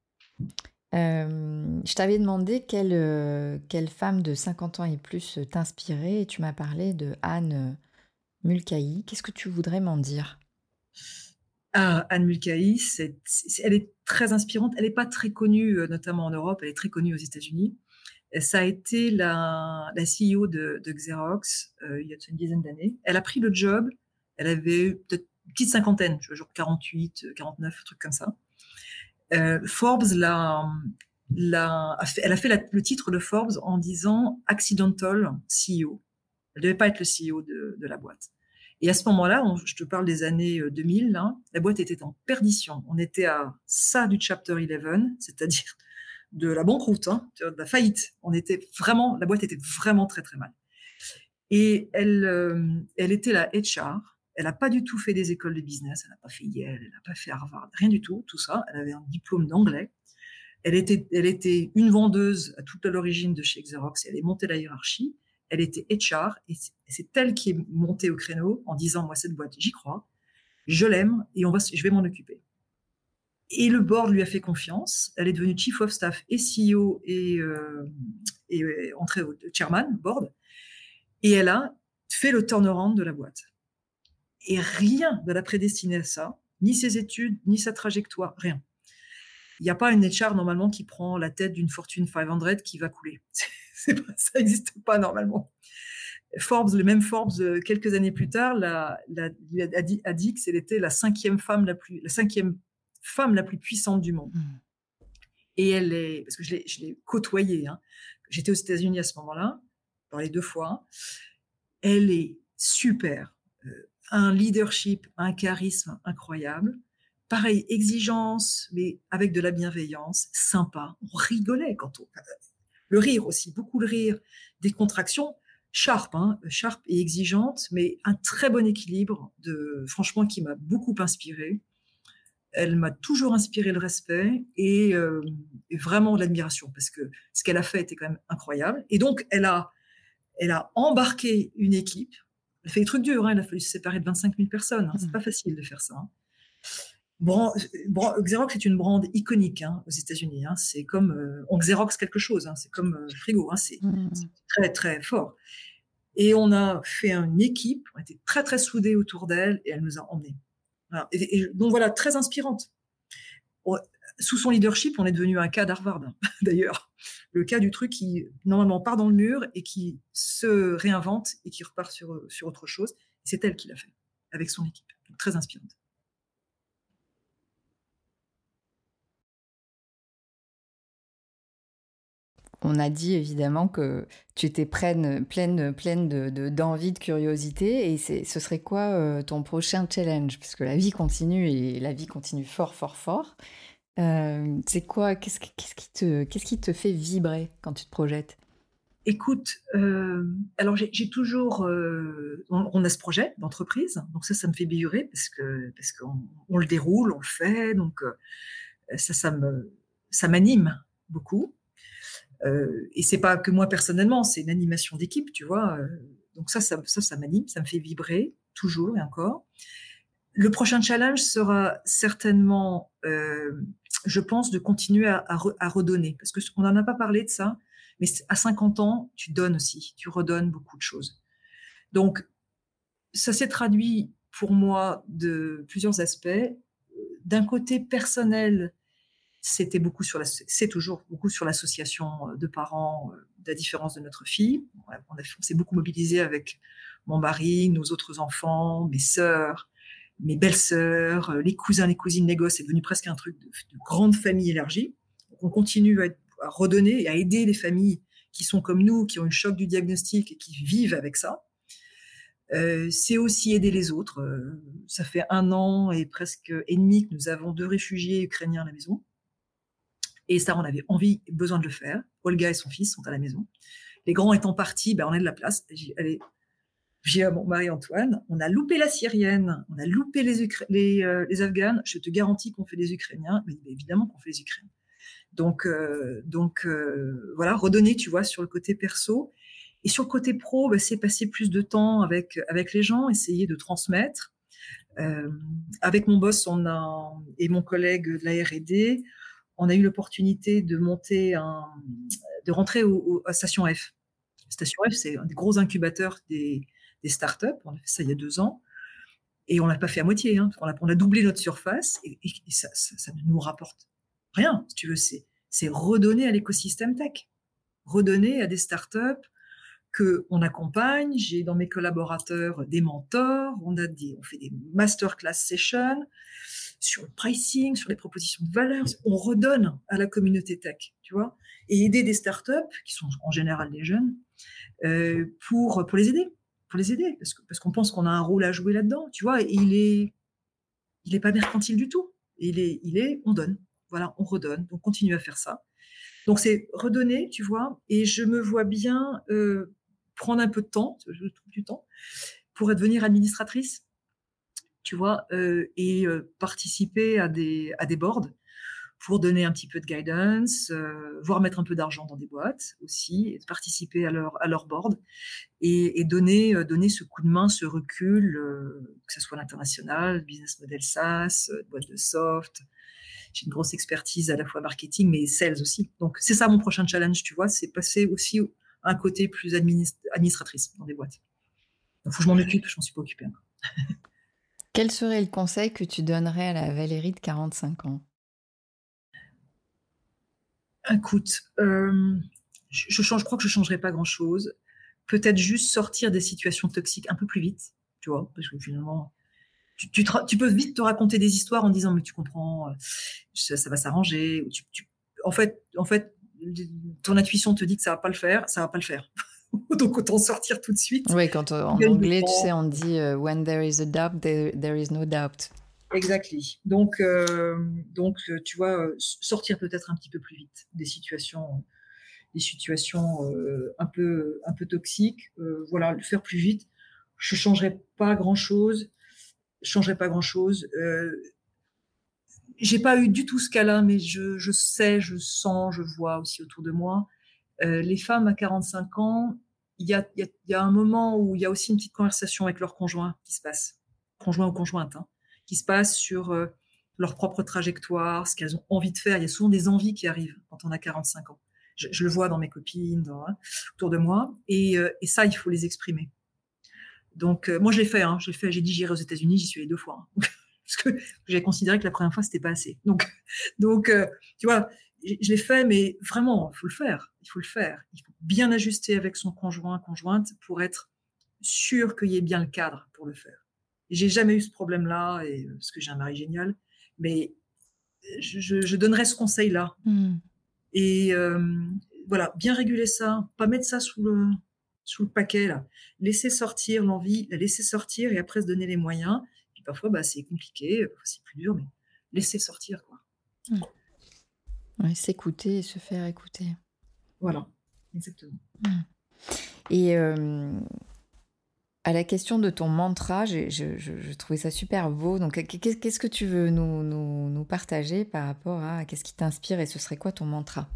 Euh, je t'avais demandé quelle, euh, quelle femme de cinquante ans et plus t'inspirait, et tu m'as parlé de Anne Mulcahy. Qu'est-ce que tu voudrais m'en dire ? Ah, Anne Mulcahy, c'est, c'est- elle est très inspirante. Elle n'est pas très connue, euh, notamment en Europe. Elle est très connue aux États-Unis. Et ça a été la, la C E O de, de Xerox euh, il y a une dizaine d'années. Elle a pris le job. Elle avait peut-être une petite cinquantaine, tu vois, genre quarante-huit, quarante-neuf, un truc comme ça. Euh, Forbes l'a, l'a, a fait- elle a fait la- le titre de Forbes en disant accidental C E O. Elle devait pas être le C E O de, de la boîte. Et à ce moment-là, on- je te parle des années deux mille, là, la boîte était en perdition. On était à ça du chapter onze, c'est-à-dire de la banqueroute, hein, de la faillite. On était vraiment, la boîte était vraiment très très mal. Et elle, euh, elle était la H R. Elle n'a pas du tout fait des écoles de business. Elle n'a pas fait Yale, elle n'a pas fait Harvard, rien du tout, tout ça. Elle avait un diplôme d'anglais. Elle était, elle était une vendeuse à toute l'origine de chez Xerox. Elle est montée la hiérarchie. Elle était H R et c'est, c'est elle qui est montée au créneau en disant, moi, cette boîte, j'y crois, je l'aime et on va, je vais m'en occuper. Et le board lui a fait confiance. Elle est devenue chief of staff et C E O et, euh, et euh, entrée au chairman board. Et elle a fait le turnaround de la boîte. Et rien ne l'a prédestinée à ça, ni ses études, ni sa trajectoire, rien. Il n'y a pas une H R normalement qui prend la tête d'une Fortune cinq cents qui va couler. C'est pas, ça n'existe pas normalement. Forbes, le même Forbes, quelques années plus tard, la, la, a, dit, a dit qu'elle était la cinquième femme la plus, la cinquième femme la plus puissante du monde. Mmh. Et elle est, parce que je l'ai, je l'ai côtoyée, hein. J'étais aux États-Unis à ce moment-là, parlé deux fois. Elle est super, euh, un leadership, un charisme incroyable. Pareil, exigence, mais avec de la bienveillance, sympa. On rigolait quand on, le rire aussi, beaucoup de rire, des contractions. Sharp, hein, sharp et exigeante, mais un très bon équilibre, de, franchement, qui m'a beaucoup inspirée. Elle m'a toujours inspiré le respect et, euh, et vraiment de l'admiration, parce que ce qu'elle a fait était quand même incroyable. Et donc, elle a, elle a embarqué une équipe. Elle a fait des trucs durs, hein, elle a fallu se séparer de vingt-cinq mille personnes. Hein, c'est pas facile de faire ça. Hein. Bon, bon, Xerox est une brand iconique hein, aux États-Unis. Hein. C'est comme euh, on Xerox quelque chose. Hein. C'est comme euh, frigo. Hein. C'est, mmh. c'est très très fort. Et on a fait une équipe. On était très très soudés autour d'elle et elle nous a emmenés. Voilà. Et, et, donc voilà, très inspirante. On, sous son leadership, on est devenu un cas d'Harvard. Hein, d'ailleurs, le cas du truc qui normalement part dans le mur et qui se réinvente et qui repart sur sur autre chose. Et c'est elle qui l'a fait avec son équipe. Donc, très inspirante. On a dit évidemment que tu étais pleine, pleine, pleine de, de, d'envie, de curiosité. Et c'est, ce serait quoi euh, ton prochain challenge? Parce que la vie continue et la vie continue fort, fort, fort. Euh, c'est quoi? Qu'est-ce, qu'est-ce, qui te, qu'est-ce qui te fait vibrer quand tu te projettes? Écoute, euh, alors j'ai, j'ai toujours, euh, on, on a ce projet d'entreprise, donc ça, ça me fait vibrer parce que parce qu'on on le déroule, on le fait, donc euh, ça, ça me, ça m'anime beaucoup. Euh, et c'est pas que moi personnellement, c'est une animation d'équipe, tu vois. Euh, donc ça, ça, ça, ça m'anime, ça me fait vibrer toujours et encore. Le prochain challenge sera certainement, euh, je pense, de continuer à, à, re, à redonner, parce que on n'en a pas parlé de ça, mais à cinquante ans, tu donnes aussi, tu redonnes beaucoup de choses. Donc, ça s'est traduit pour moi de plusieurs aspects. D'un côté personnel, c'était beaucoup sur la, c'est toujours beaucoup sur l'association de parents de la différence de notre fille. On, a, on s'est beaucoup mobilisé avec mon mari, nos autres enfants, mes sœurs, mes belles-sœurs, les cousins, les cousines, les gosses. C'est devenu presque un truc de, de grande famille élargie. Donc on continue à, être, à redonner et à aider les familles qui sont comme nous, qui ont eu le choc du diagnostic et qui vivent avec ça. Euh, c'est aussi aider les autres. Euh, ça fait un an et presque et demi que nous avons deux réfugiés ukrainiens à la maison. Et ça, on avait envie, besoin de le faire. Olga et son fils sont à la maison. Les grands étant partis, ben, on a de la place. J'ai, allez, j'ai à mon mari Antoine, on a loupé la Syrienne, on a loupé les, Ukra- les, euh, les Afghanes. Je te garantis qu'on fait les Ukrainiens, mais évidemment qu'on fait les Ukrainiens. Donc, euh, donc euh, voilà, redonner, tu vois, sur le côté perso. Et sur le côté pro, ben, c'est passer plus de temps avec, avec les gens, essayer de transmettre. Euh, avec mon boss on a, et mon collègue de la R et D, on a eu l'opportunité de monter un, de rentrer au, au, à Station F. Station F, c'est un des gros incubateurs des, des startups. On a fait ça il y a deux ans. Et on l'a pas fait à moitié. Hein. On, a, on a doublé notre surface et, et, et ça, ça, ça ne nous rapporte rien, si tu veux. C'est, c'est redonner à l'écosystème tech. Redonner à des startups qu'on accompagne. J'ai dans mes collaborateurs des mentors. On, a des, on fait des masterclass sessions sur le pricing, sur les propositions de valeur. On redonne à la communauté tech, tu vois, et aider des startups, qui sont en général des jeunes, euh, pour, pour les aider, pour les aider, parce, que, parce qu'on pense qu'on a un rôle à jouer là-dedans, tu vois, et il est, il est pas mercantile du tout. Il est, il est, on donne, voilà, on redonne, donc continue à faire ça. Donc, c'est redonner, tu vois, et je me vois bien euh, prendre un peu de temps, je trouve du temps, pour devenir administratrice, tu vois, euh, et euh, participer à des, à des boards pour donner un petit peu de guidance, euh, voire mettre un peu d'argent dans des boîtes aussi, et participer à leur, à leur board et, et donner, euh, donner ce coup de main, ce recul, euh, que ce soit l'international, business model SaaS, euh, boîte de soft. J'ai une grosse expertise à la fois marketing, mais sales aussi. Donc, c'est ça mon prochain challenge, tu vois, c'est passer aussi à un côté plus administ- administratrice dans des boîtes. Il faut que je m'en occupe, je m'en suis pas occupée encore. Quel serait le conseil que tu donnerais à la Valérie de quarante-cinq ans? Écoute, euh, je, je, change, je crois que je changerai pas grand-chose. Peut-être juste sortir des situations toxiques un peu plus vite, tu vois, parce que finalement, tu, tu, te- tu peux vite te raconter des histoires en disant mais tu comprends, euh, ça, ça va s'arranger. Ou tu- tu- en fait, en fait, ton intuition te dit que ça va pas le faire, ça va pas le faire. Donc autant sortir tout de suite. Oui, quand euh, Tu en gagnes du anglais, tu sais, temps. on dit euh, when there is a doubt, there, there is no doubt. Exactly. Donc, euh, donc, euh, tu vois, euh, sortir peut-être un petit peu plus vite des situations, des situations euh, un peu, un peu toxiques. Euh, voilà, le faire plus vite. Je changerais pas grand-chose. Je changerais pas grand-chose. Euh, j'ai pas eu du tout ce cas-là, mais je, je sais, je sens, je vois aussi autour de moi. Euh, les femmes à quarante-cinq ans, il y a, il y, a, il y a un moment où il y a aussi une petite conversation avec leur conjoint qui se passe, conjoint ou conjointe, hein, qui se passe sur euh, leur propre trajectoire, ce qu'elles ont envie de faire. Il y a souvent des envies qui arrivent quand on a quarante-cinq ans. Je, je le vois dans mes copines, dans, hein, autour de moi, et, euh, et ça, il faut les exprimer. Donc, euh, moi, je l'ai fait, hein, j'ai fait, j'ai dit j'irai aux États-Unis, j'y suis allée deux fois, hein, parce que j'ai considéré que la première fois c'était pas assez. Donc, donc, euh, tu vois, je, je l'ai fait, mais vraiment, il faut le faire, il faut le faire. Il faut bien ajuster avec son conjoint, conjointe, pour être sûr qu'il y ait bien le cadre pour le faire. Et j'ai jamais eu ce problème-là, et parce que j'ai un mari génial, mais je, je, je donnerais ce conseil-là. Mm. Et euh, voilà, bien réguler ça, pas mettre ça sous le, sous le paquet, là. Laisser sortir l'envie, la laisser sortir et après se donner les moyens. Puis parfois, bah, c'est compliqué, parfois c'est plus dur, mais laisser sortir, quoi. Mm. Ouais, s'écouter et se faire écouter. Voilà, exactement. Mm. Et euh, à la question de ton mantra, j'ai- je, je, je trouvais ça super beau. Donc, qu'est- qu'est-ce que tu veux nous, nous, nous partager par rapport à qu'est-ce qui t'inspire et ce serait quoi ton mantra?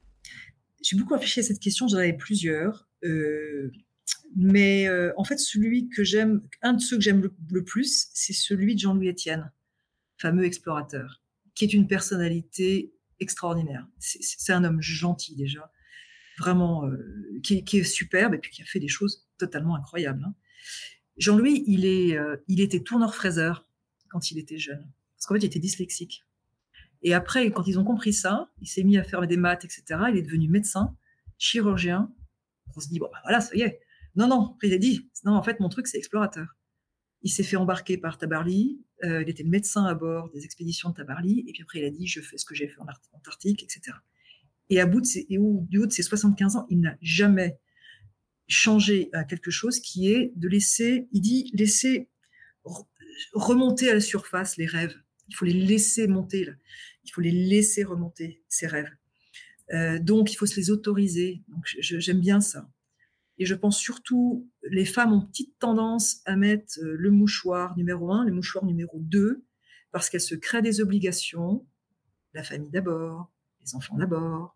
J'ai beaucoup réfléchi à cette question, j'en avais plusieurs. Euh, mais euh, en fait, celui que j'aime, un de ceux que j'aime le, le plus, c'est celui de Jean-Louis Etienne, fameux explorateur, qui est une personnalité extraordinaire. C'est c'est un homme gentil déjà, vraiment, euh, qui, est- qui est superbe et puis qui a fait des choses totalement incroyables, hein. Jean-Louis, il, est, euh, il était tourneur-fraiseur quand il était jeune, parce qu'en fait, il était dyslexique. Et après, quand ils ont compris ça, il s'est mis à faire des maths, et cetera. Il est devenu médecin, chirurgien. On se dit, bon, bah voilà, ça y est. Non, non, après, il a dit, non, en fait, mon truc, c'est explorateur. Il s'est fait embarquer par Tabarly. Euh, il était le médecin à bord des expéditions de Tabarly. Et puis après, il a dit, je fais ce que j'ai fait en Antarctique, et cetera. Et à bout de ses, et au, du haut de ses soixante-quinze ans, il n'a jamais changé à quelque chose qui est de laisser, il dit, laisser remonter à la surface les rêves. Il faut les laisser monter, là. Il faut les laisser remonter, ces rêves. Euh, donc, il faut se les autoriser. Donc, je, j'aime bien ça. Et je pense surtout, les femmes ont petite tendance à mettre le mouchoir numéro un, le mouchoir numéro deux, parce qu'elles se créent des obligations. La famille d'abord, les enfants d'abord,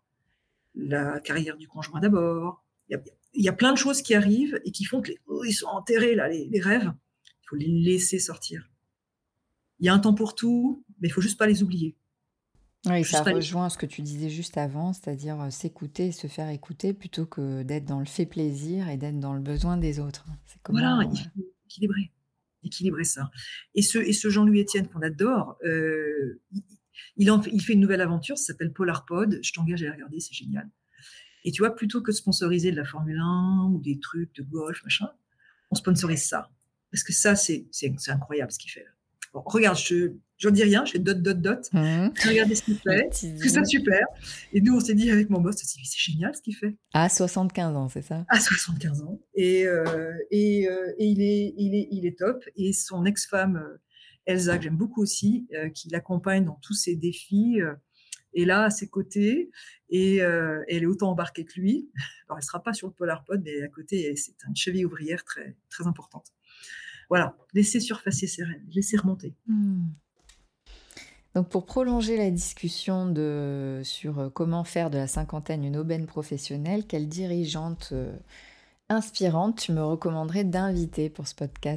la carrière du conjoint d'abord. Il y a, il y a plein de choses qui arrivent et qui font que les, oh, ils sont enterrés, là, les, les rêves. Il faut les laisser sortir. Il y a un temps pour tout, mais il faut juste pas les oublier. Oui, ça Juste pas les... rejoint ce que tu disais juste avant, c'est-à-dire euh, s'écouter et se faire écouter plutôt que d'être dans le fait plaisir et d'être dans le besoin des autres. C'est Voilà, comment... il euh, faut équilibrer. Équilibrer ça. Et ce, et ce Jean-Louis Etienne qu'on adore, euh, il, il, en fait, il fait une nouvelle aventure, ça s'appelle Polarpod. Je t'engage à la regarder, c'est génial. Et tu vois, plutôt que de sponsoriser de la Formule un ou des trucs de golf, machin, on sponsorise ça. Parce que ça, c'est, c'est, c'est incroyable ce qu'il fait. Bon, regarde, je j'en dis rien, je fais dot, dot, dot. Mmh. Regardez ce qu'il Le fait, que ça teasing. super. Et nous, on s'est dit avec mon boss, c'est génial ce qu'il fait. À soixante-quinze ans, c'est ça? À soixante-quinze ans. Et, euh, et, euh, et il, est, il, est, il est top. Et son ex-femme, euh, Elsa, que j'aime beaucoup aussi, euh, qui l'accompagne dans tous ses défis, euh, est là à ses côtés et euh, elle est autant embarquée que lui. Alors, elle ne sera pas sur le PolarPod, mais à côté, c'est une cheville ouvrière très, très importante. Voilà, laisser surfacer ses rêves, laisser remonter. Mmh. Donc, pour prolonger la discussion de, sur comment faire de la cinquantaine une aubaine professionnelle, quelle dirigeante euh, inspirante tu me recommanderais d'inviter pour ce podcast ?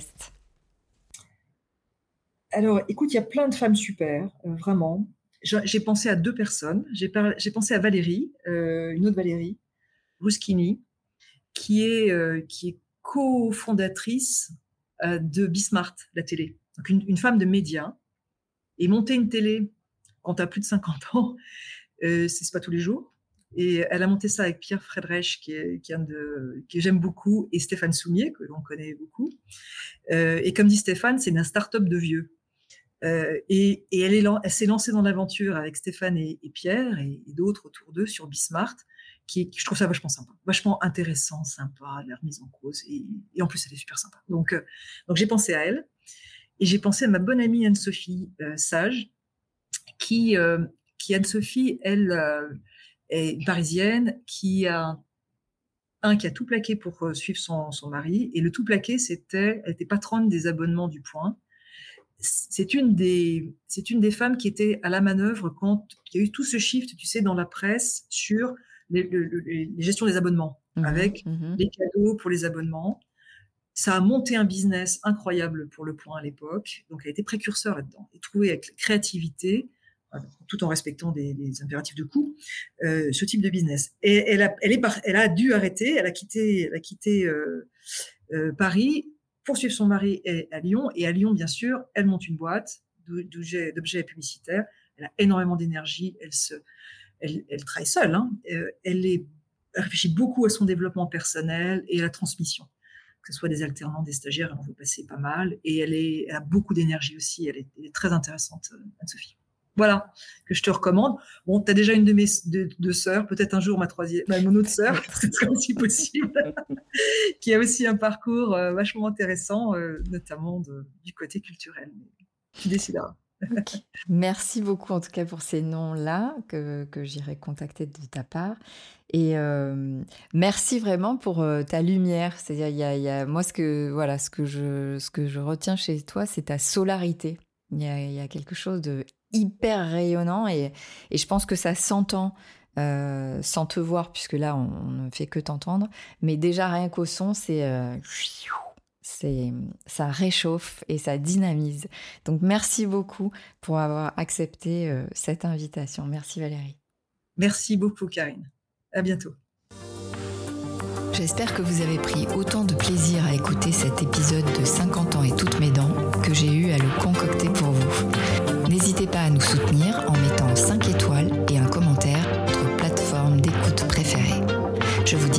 Alors, écoute, il y a plein de femmes super, euh, vraiment. J'ai, j'ai pensé à deux personnes. J'ai, par, j'ai pensé à Valérie, euh, une autre Valérie, Ruschini, qui est, euh, qui est cofondatrice euh, de Bismart, la télé. Donc, une, une femme de médias. Et monter une télé quand tu as plus de cinquante ans, euh, c'est, c'est pas tous les jours. Et elle a monté ça avec Pierre Friedrich, qui est, qui est un de, que j'aime beaucoup, et Stéphane Soumier, que l'on connaît beaucoup. Euh, et comme dit Stéphane, c'est une start-up de vieux. Euh, et et elle, est, elle s'est lancée dans l'aventure avec Stéphane et, et Pierre et, et d'autres autour d'eux sur Bismart, qui, est, qui je trouve ça vachement sympa, vachement intéressant, sympa, la remise en cause. Et, et en plus, elle est super sympa. Donc, euh, donc j'ai pensé à elle. Et j'ai pensé à ma bonne amie Anne-Sophie euh, Sage, qui, euh, qui Anne-Sophie, elle euh, est une Parisienne, qui a un qui a tout plaqué pour euh, suivre son, son mari. Et le tout plaqué, c'était, elle était patronne des abonnements du Point. C'est une des, c'est une des femmes qui était à la manœuvre quand il y a eu tout ce shift, tu sais, dans la presse sur les, les, les, les gestions des abonnements, mmh, avec mmh. les cadeaux pour les abonnements. Ça a monté un business incroyable pour Le Point à l'époque. Donc, elle a été précurseur là-dedans et trouvé avec créativité, tout en respectant des, des impératifs de coût, euh, ce type de business. Et elle a, elle est, elle a dû arrêter. Elle a quitté, elle a quitté euh, euh, Paris pour suivre son mari à Lyon. Et à Lyon, bien sûr, elle monte une boîte d'objets, d'objets publicitaires. Elle a énormément d'énergie. Elle se, elle, elle travaille seule. Hein. Elle, est, elle réfléchit beaucoup à son développement personnel et à la transmission. Que ce soit des alternants, des stagiaires, elle en veut passer pas mal. Et elle, est, elle a beaucoup d'énergie aussi. Elle est, elle est très intéressante, Anne-Sophie. Voilà, que je te recommande. Bon, tu as déjà une de mes deux de sœurs, peut-être un jour ma troisième, bah, mon autre sœur, c'est aussi possible, qui a aussi un parcours euh, vachement intéressant, euh, notamment de, du côté culturel. Tu décideras. Okay. Merci beaucoup en tout cas pour ces noms-là que, que j'irai contacter de ta part. Et euh, merci vraiment pour euh, ta lumière. C'est-à-dire, il y a, il y a, moi, ce que, voilà, ce, que je, ce que je retiens chez toi, c'est ta solarité. Il y a, il y a quelque chose de hyper rayonnant et, et je pense que ça s'entend euh, sans te voir, puisque là, on, on ne fait que t'entendre. Mais déjà, rien qu'au son, c'est... Euh, C'est, ça réchauffe et ça dynamise. Donc, merci beaucoup pour avoir accepté euh, cette invitation. Merci Valérie. Merci beaucoup Karine. À bientôt. J'espère que vous avez pris autant de plaisir à écouter cet épisode de cinquante ans et toutes mes dents que j'ai eu à le concocter pour vous. N'hésitez pas à nous soutenir en mettant cinq étoiles et un commentaire sur votre plateforme d'écoute préférée. Je vous dis